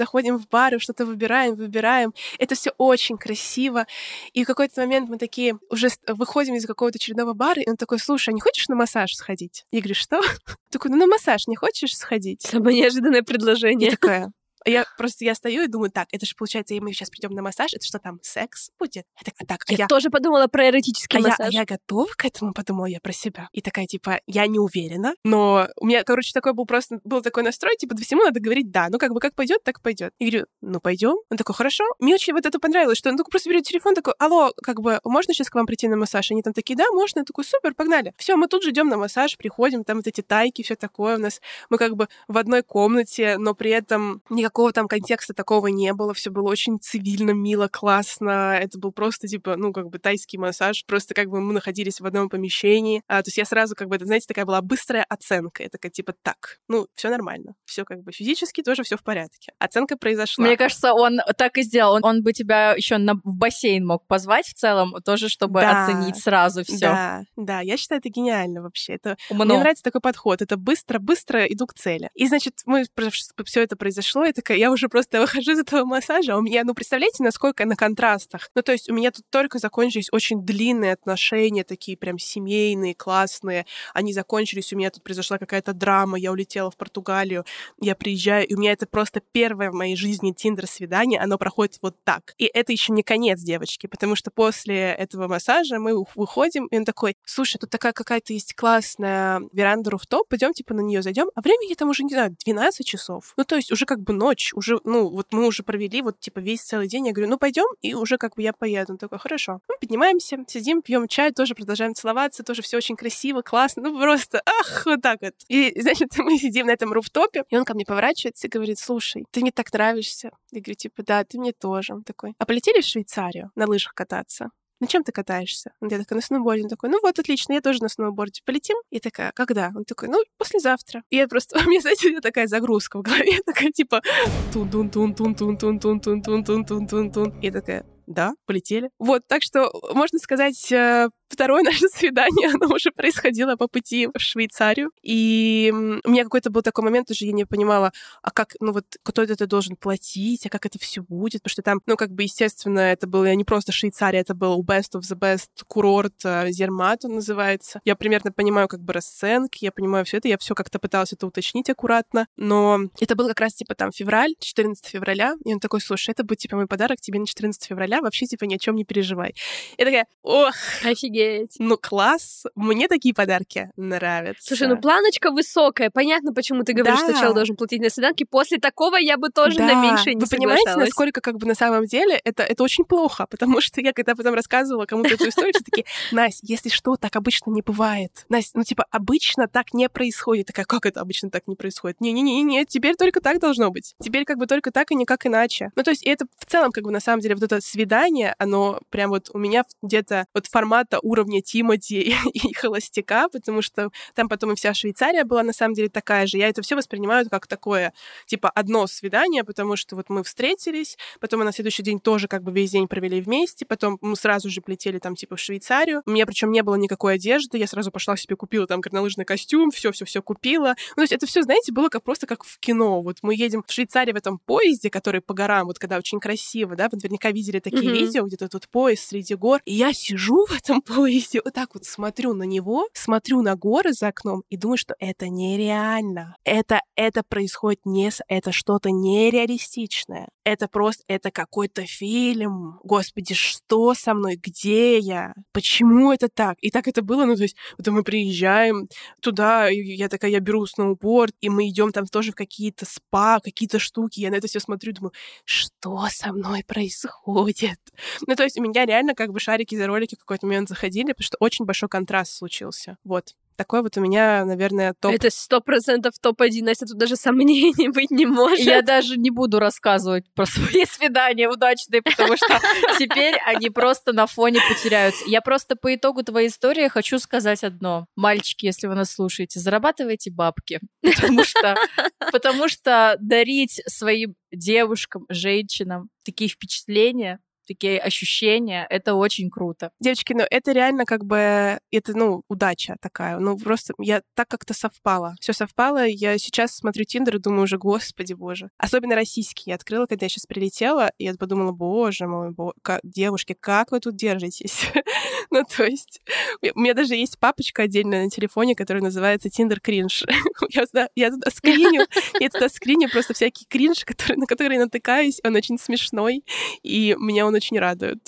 в бары, что-то выбираем. Это все очень красиво. И в какой-то момент мы такие уже выходим из какого-то очередного бара, и он такой, слушай, а не хочешь на массаж сходить? Я говорю, что? Такой, ну на массаж не хочешь сходить? Самое неожиданное предложение. Я такая... Я стою и думаю, так, это же получается, мы сейчас придем на массаж, это что там, секс будет? Я такая, так, Я тоже подумала про эротический массаж. Я готова к этому, подумала я про себя. И такая, типа, я не уверена, но у меня, короче, был такой настрой, типа, всему надо говорить да, ну как бы как пойдет, так пойдет. Я говорю, ну пойдем. Он такой, хорошо. Мне очень вот это понравилось, что он такой просто берет телефон, такой, алло, как бы, можно сейчас к вам прийти на массаж? Они там такие, да, можно. Я такой, супер, погнали. Все, мы тут же идем на массаж, приходим, там вот эти тайки, все такое у нас. Мы как бы в одной комнате, но при этом никакого там контекста такого не было, все было очень цивильно, мило, классно. Это был просто, типа, ну, как бы тайский массаж. Просто как бы мы находились в одном помещении. То есть я сразу, как бы, это, знаете, такая была быстрая оценка. Я такая, типа, так, ну, все нормально. Все как бы физически тоже все в порядке. Оценка произошла. Мне кажется, он так и сделал. Он бы тебя еще в бассейн мог позвать в целом, тоже, чтобы оценить сразу все. Да, я считаю, это гениально вообще. Это... Умно. Мне нравится такой подход. Это быстро иду к цели. И, значит, все это произошло, я уже просто выхожу из этого массажа, у меня, ну, представляете, насколько на контрастах. Ну, то есть у меня тут только закончились очень длинные отношения, такие прям семейные, классные. Они закончились, у меня тут произошла какая-то драма, я улетела в Португалию, я приезжаю, и у меня это просто первое в моей жизни Тиндер-свидание, оно проходит вот так. И это еще не конец, девочки, потому что после этого массажа мы выходим, и он такой, слушай, тут такая какая-то есть классная веранда руфтоп, пойдем типа на нее зайдем, а времени там уже, не знаю, 12 часов. Ну, то есть уже как бы ночь, уже, ну, вот мы уже провели вот, типа, весь целый день. Я говорю, ну, пойдем, и уже как бы я поеду. Он такой, хорошо. Мы поднимаемся, сидим, пьем чай, тоже продолжаем целоваться, тоже все очень красиво, классно, ну, просто, вот так вот. И, значит, мы сидим на этом руфтопе, и он ко мне поворачивается и говорит, слушай, ты мне так нравишься. Я говорю, типа, да, ты мне тоже. Он такой, а полетели в Швейцарию на лыжах кататься? На чем ты катаешься? Я такая, на сноуборде. Он такой, ну вот, отлично, я тоже на сноуборде. Полетим? И такая, когда? Он такой, ну, послезавтра. И я просто, у меня, знаете, у меня такая загрузка в голове, такая, типа, тун-тун-тун-тун-тун-тун-тун-тун-тун-тун-тун. И я такая, да, полетели. Вот, так что, можно сказать, второе наше свидание, оно уже происходило по пути в Швейцарию. И у меня какой-то был такой момент, уже я не понимала, а как, ну вот, кто это должен платить, а как это все будет, потому что там, ну, как бы, естественно, это было не просто Швейцария, это был best of the best курорт, Зермат он называется. Я примерно понимаю, как бы, расценки, я понимаю все это, я все как-то пыталась это уточнить аккуратно, но это был как раз, типа, там, февраль, 14 февраля, и он такой, слушай, это будет, типа, мой подарок тебе на 14 февраля, вообще, типа, ни о чем не переживай. Я такая, ох, офигеть. Ну, класс. Мне такие подарки нравятся. Слушай, ну планочка высокая. Понятно, почему ты говоришь, что сначала должен платить на свиданке. После такого я бы тоже на меньшее не соглашалась. Вы понимаете, насколько как бы на самом деле это очень плохо, потому что я когда потом рассказывала кому-то эту историю, все такие, Настя, если что, так обычно не бывает. Настя, ну типа обычно так не происходит. Такая, как это обычно так не происходит? Не-не-не, теперь только так должно быть. Теперь как бы только так и никак иначе. Ну то есть это в целом как бы на самом деле вот это свидание, оно прям вот у меня где-то вот формата уровня Тимати и Холостяка, потому что там потом и вся Швейцария была на самом деле такая же. Я это все воспринимаю как такое, типа, одно свидание, потому что вот мы встретились, потом мы на следующий день тоже как бы весь день провели вместе, потом мы сразу же полетели там, типа, в Швейцарию. У меня причем не было никакой одежды, я сразу пошла себе купила там горнолыжный костюм, все купила. Ну, то есть это все, знаете, было как просто как в кино. Вот мы едем в Швейцарию в этом поезде, который по горам, вот когда очень красиво, да, вы наверняка видели такие видео, где-то тут поезд среди гор, и я сижу в этом поезде, вот так вот смотрю на него, смотрю на горы за окном и думаю, что это нереально. Это происходит это что-то нереалистичное. Это просто, это какой-то фильм. Господи, что со мной? Где я? Почему это так? И так это было, ну, то есть, вот мы приезжаем туда, я беру сноуборд, и мы идем там тоже в какие-то спа, какие-то штуки. Я на это все смотрю, думаю, что со мной происходит? Ну, то есть у меня реально как бы шарики за ролики в какой-то момент заходили, потому что очень большой контраст случился. Вот. такой вот у меня, наверное, топ. Это 100% топ-1, Настя, тут даже сомнений быть не может. Я даже не буду рассказывать про свои свидания удачные, потому что теперь они просто на фоне потеряются. Я просто по итогу твоей истории хочу сказать одно. Мальчики, если вы нас слушаете, зарабатывайте бабки, потому что дарить своим девушкам, женщинам такие впечатления, такие ощущения, это очень круто. Девочки, ну это реально как бы, это, удача такая. Ну просто я так как-то совпало. Все совпало. Я сейчас смотрю Тиндер и думаю уже, господи боже. Особенно российский я открыла, когда я сейчас прилетела, и я подумала, боже мой, девушки, как вы тут держитесь? Ну то есть у меня даже есть папочка отдельная на телефоне, которая называется Тиндер кринж. Я туда скриню просто всякий кринж, на который я натыкаюсь. Он очень смешной, и меня он очень радует.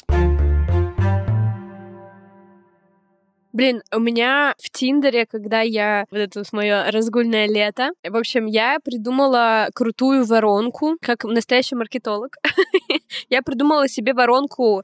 Блин, у меня в Тиндере, когда я... Вот это мое разгульное лето. В общем, я придумала крутую воронку, как настоящий маркетолог. Я придумала себе воронку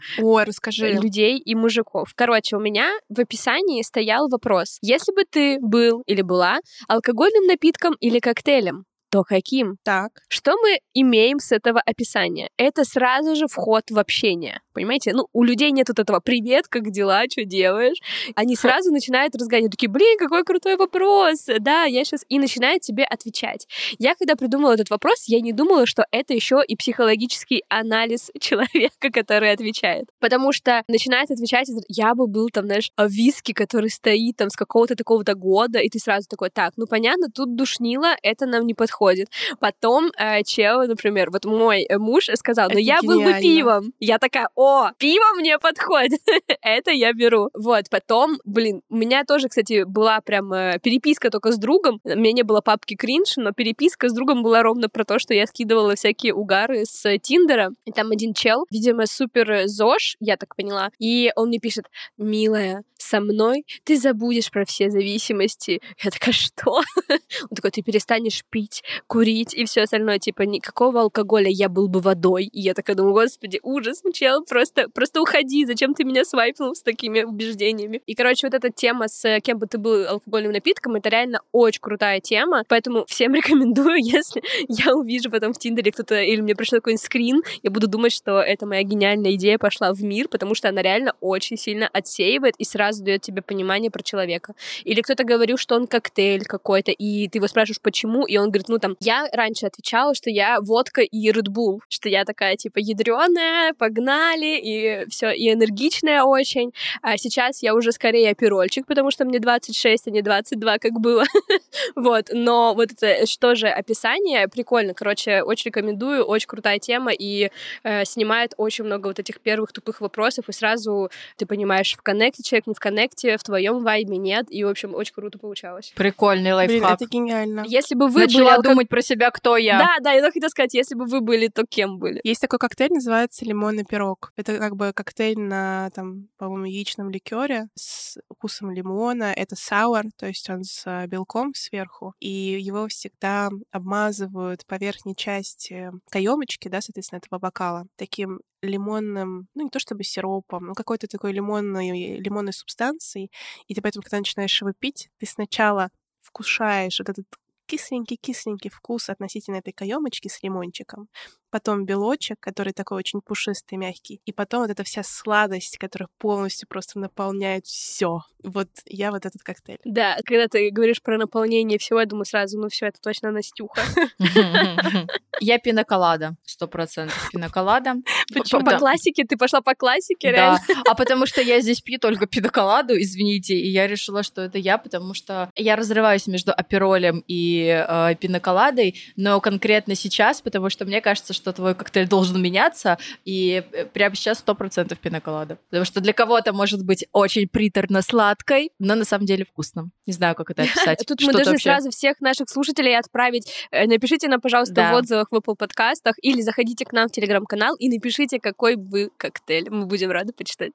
людей и мужиков. Короче, у меня в описании стоял вопрос. Если бы ты был или была алкогольным напитком или коктейлем, то каким? Так. Что мы имеем с этого описания? Это сразу же вход в общение. Понимаете? Ну, у людей нет вот этого «Привет, как дела? Что делаешь?» Они сразу начинают разгонять. Такие, блин, какой крутой вопрос! Да, я сейчас... И начинают тебе отвечать. Я, когда придумала этот вопрос, я не думала, что это еще и психологический анализ человека, который отвечает. Потому что начинает отвечать, я бы был там, знаешь, виски, который стоит там с какого-то такого-то года, и ты сразу такой, так, ну понятно, тут душнило, это нам не подходит. Потом чел, например, вот мой муж сказал, ну я был бы пивом. Я такая, пиво мне подходит. Это я беру. Вот, потом, блин, у меня тоже, кстати, была прям переписка только с другом. У меня не было папки кринж, но переписка с другом была ровно про то, что я скидывала всякие угары с Тиндера. И там один чел, видимо, супер ЗОЖ, я так поняла, и он мне пишет, милая, со мной ты забудешь про все зависимости. Я такая, что? Он такой, ты перестанешь пить, курить и все остальное, типа, никакого алкоголя, я был бы водой. И я такая думаю, господи, ужас, чел, просто уходи, зачем ты меня свайпнул с такими убеждениями? И, короче, вот эта тема с кем бы ты был алкогольным напитком, это реально очень крутая тема, поэтому всем рекомендую, если я увижу потом в Тиндере кто-то, или мне пришло какой-нибудь скрин, я буду думать, что эта моя гениальная идея пошла в мир, потому что она реально очень сильно отсеивает и сразу дает тебе понимание про человека. Или кто-то говорил, что он коктейль какой-то, и ты его спрашиваешь, почему, и он говорит, ну там, я раньше отвечала, что я водка и Red Bull, что я такая, типа, ядреная, погнали, и все, и энергичная очень. А сейчас я уже скорее аперольчик, потому что мне 26, а не 22, как было. Вот, но вот это, что же, описание, прикольно, короче, очень рекомендую, очень крутая тема, и снимает очень много вот этих первых тупых вопросов, и сразу ты понимаешь, в коннекте человек, не в коннекте, в твоем вайбе нет, и, в общем, очень круто получалось. Прикольный лайфхак. Блин, это гениально. Если бы вы начала думать про себя, кто я. Да, я только хотела сказать, если бы вы были, то кем были? Есть такой коктейль, называется лимонный пирог. Это как бы коктейль на, там, по-моему, яичном ликере с вкусом лимона. Это сауэр, то есть он с белком сверху. И его всегда обмазывают по верхней части каемочки, да, соответственно, этого бокала, таким лимонным, ну не то чтобы сиропом, но какой-то такой лимонной субстанцией. И ты поэтому, когда начинаешь его пить, ты сначала вкушаешь вот этот кисленький вкус относительно этой каемочки с лимончиком, потом белочек, который такой очень пушистый, мягкий, и потом вот эта вся сладость, которая полностью просто наполняет все. Вот я вот этот коктейль. Да, когда ты говоришь про наполнение всего, я думаю сразу, ну все, это точно Настюха. Я пиноколада, 100% пиноколада. Почему? По классике? Ты пошла по классике, реально? Да, а потому что я здесь пью только пиноколаду, извините, и я решила, что это я, потому что я разрываюсь между аперолем и пиноколадой, но конкретно сейчас, потому что мне кажется, что твой коктейль должен меняться, и прямо сейчас 100% пиноколада. Потому что для кого-то может быть очень приторно-сладкой, но на самом деле вкусно. Не знаю, как это описать. Тут мы должны сразу всех наших слушателей отправить. Напишите нам, пожалуйста, в отзывах в Apple подкастах или заходите к нам в Телеграм-канал и напишите, какой вы коктейль. Мы будем рады почитать.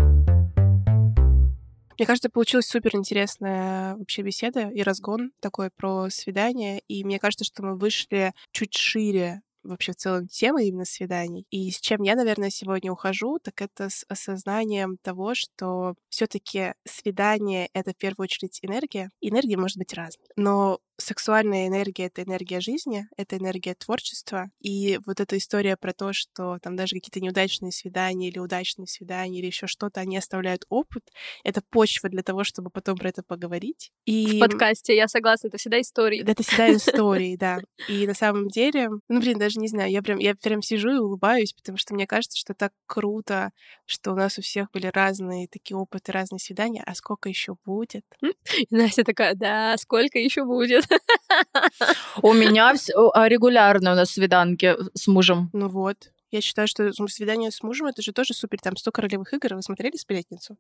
Мне кажется, получилась супер интересная вообще беседа и разгон такой про свидание. И мне кажется, что мы вышли чуть шире вообще в целом темы именно свиданий. И с чем я, наверное, сегодня ухожу, так это с осознанием того, что все-таки свидание — это в первую очередь энергия. Энергия может быть разной, но сексуальная энергия — это энергия жизни, это энергия творчества. И вот эта история про то, что там даже какие-то неудачные свидания или удачные свидания или еще что-то, они оставляют опыт, это почва для того, чтобы потом про это поговорить. И в подкасте, я согласна, это всегда истории. Это всегда истории, да. И на самом деле, даже не знаю, я прям сижу и улыбаюсь, потому что мне кажется, что так круто, что у нас у всех были разные такие опыты, разные свидания, а сколько еще будет? И Настя такая, да, сколько еще будет? У меня регулярно у нас свиданки с мужем. Ну вот. Я считаю, что свидание с мужем — это же тоже супер. Там 100 королевых игр. Вы смотрели «Сплетницу»?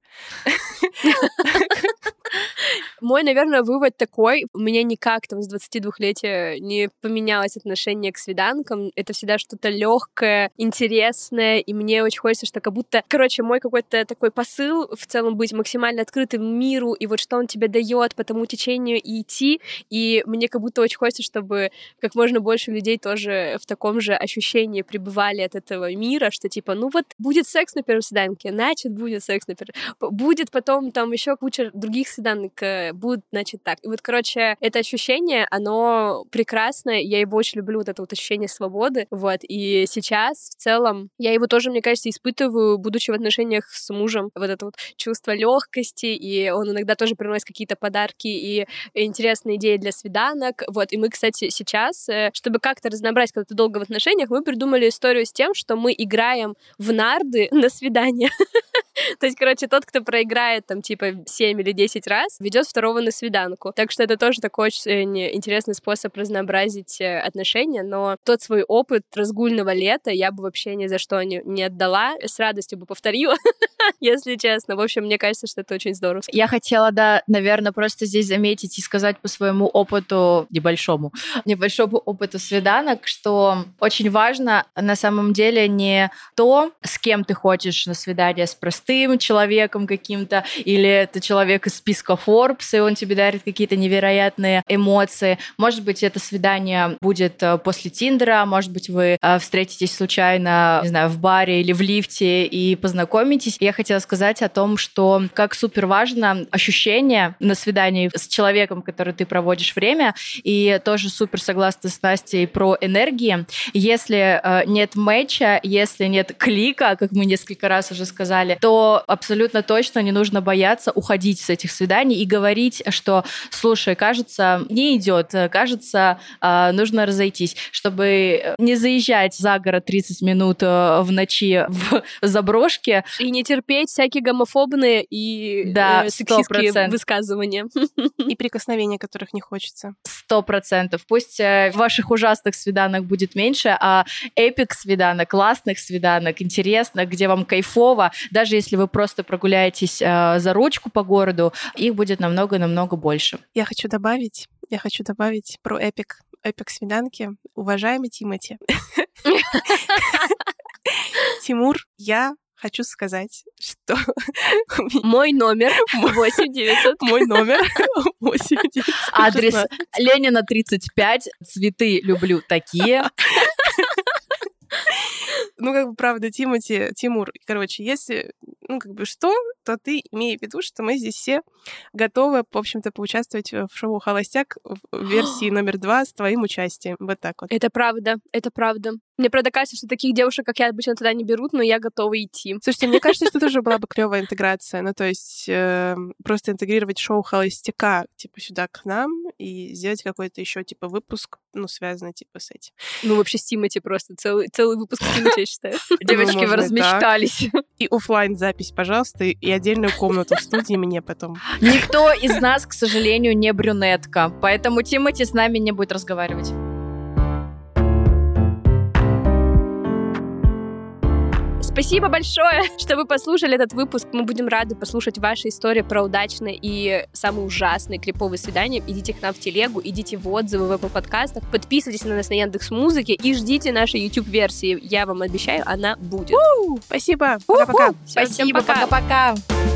Мой, наверное, вывод такой. У меня никак там с 22-летия не поменялось отношение к свиданкам. Это всегда что-то легкое, интересное, и мне очень хочется, что как будто... мой какой-то такой посыл в целом быть максимально открытым миру, и вот что он тебе дает по тому течению и идти. И мне как будто очень хочется, чтобы как можно больше людей тоже в таком же ощущении пребывали от этого мира, что типа, будет секс на первом свиданке, значит, будет секс на первом... Будет потом там еще куча других свиданок, будут, значит, так. И вот, это ощущение, оно прекрасное, я его очень люблю, вот это вот ощущение свободы, вот, и сейчас в целом я его тоже, мне кажется, испытываю, будучи в отношениях с мужем, вот это вот чувство легкости, и он иногда тоже приносит какие-то подарки и интересные идеи для свиданок, вот, и мы, кстати, сейчас, чтобы как-то разнообразить, когда ты долго в отношениях, мы придумали историю с тем, что мы играем в нарды на свидание. То есть, тот, кто проиграет там, 7 или 10 раз, ведет второго на свиданку. Так что это тоже такой очень интересный способ разнообразить отношения, но тот свой опыт разгульного лета я бы вообще ни за что не отдала, с радостью бы повторила, если честно. В общем, мне кажется, что это очень здорово. Я хотела, наверное, просто здесь заметить и сказать по своему опыту, небольшому опыту свиданок, что очень важно на самом деле не то, с кем ты хочешь на свидание, с простым человеком каким-то, или это человек из списка Forbes, и он тебе дарит какие-то невероятные эмоции. Может быть, это свидание будет после Тиндера, может быть, вы встретитесь случайно, не знаю, в баре или в лифте и познакомитесь. Я хотела сказать о том, что как супер важно ощущение на свидании с человеком, который ты проводишь время, и тоже супер согласна с Настей про энергии. Если нет матча, если нет клика, как мы несколько раз уже сказали, то абсолютно точно не нужно бояться уходить с этих свиданий и говорить, что, слушай, кажется, не идет, кажется, нужно разойтись, чтобы не заезжать за город 30 минут в ночи в заброшке. И не терпеть всякие гомофобные и сексистские высказывания. И прикосновения, которых не хочется. 100%. Пусть ваших ужасных свиданок будет меньше, а эпик свиданок, классных свиданок, интересных, где вам кайфово, даже если вы просто прогуляетесь за ручку по городу, их будет намного-намного больше. Я хочу добавить про эпик свиданки. Уважаемый Тимати. Тимур, я хочу сказать, что... Мой номер 8900. Мой номер 8900. Адрес Ленина, 35. Цветы люблю такие. Правда, Тимур, если, что, то ты имей в виду, что мы здесь все готовы, в общем-то, поучаствовать в шоу «Холостяк» в версии номер 2 с твоим участием. Вот так вот. Это правда. Мне, правда, кажется, что таких девушек, как я, обычно туда не берут, но я готова идти. Слушайте, мне кажется, что тоже была бы клевая интеграция. То есть просто интегрировать шоу «Холостяка» сюда к нам и сделать какой-то еще выпуск, связанный с этим. Вообще с Тимати просто целый выпуск с Тимати, я считаю. Девочки, вы размечтались. И офлайн запись, пожалуйста, и отдельную комнату в студии мне потом. Никто из нас, к сожалению, не брюнетка, поэтому Тимати с нами не будет разговаривать. Спасибо большое, что вы послушали этот выпуск. Мы будем рады послушать ваши истории про удачные и самые ужасные клиповые свидания. Идите к нам в телегу, идите в отзывы в Apple подкастах, подписывайтесь на нас на Яндекс.Музыке и ждите нашей YouTube-версии. Я вам обещаю, она будет. Спасибо. Пока-пока. Спасибо. Пока-пока.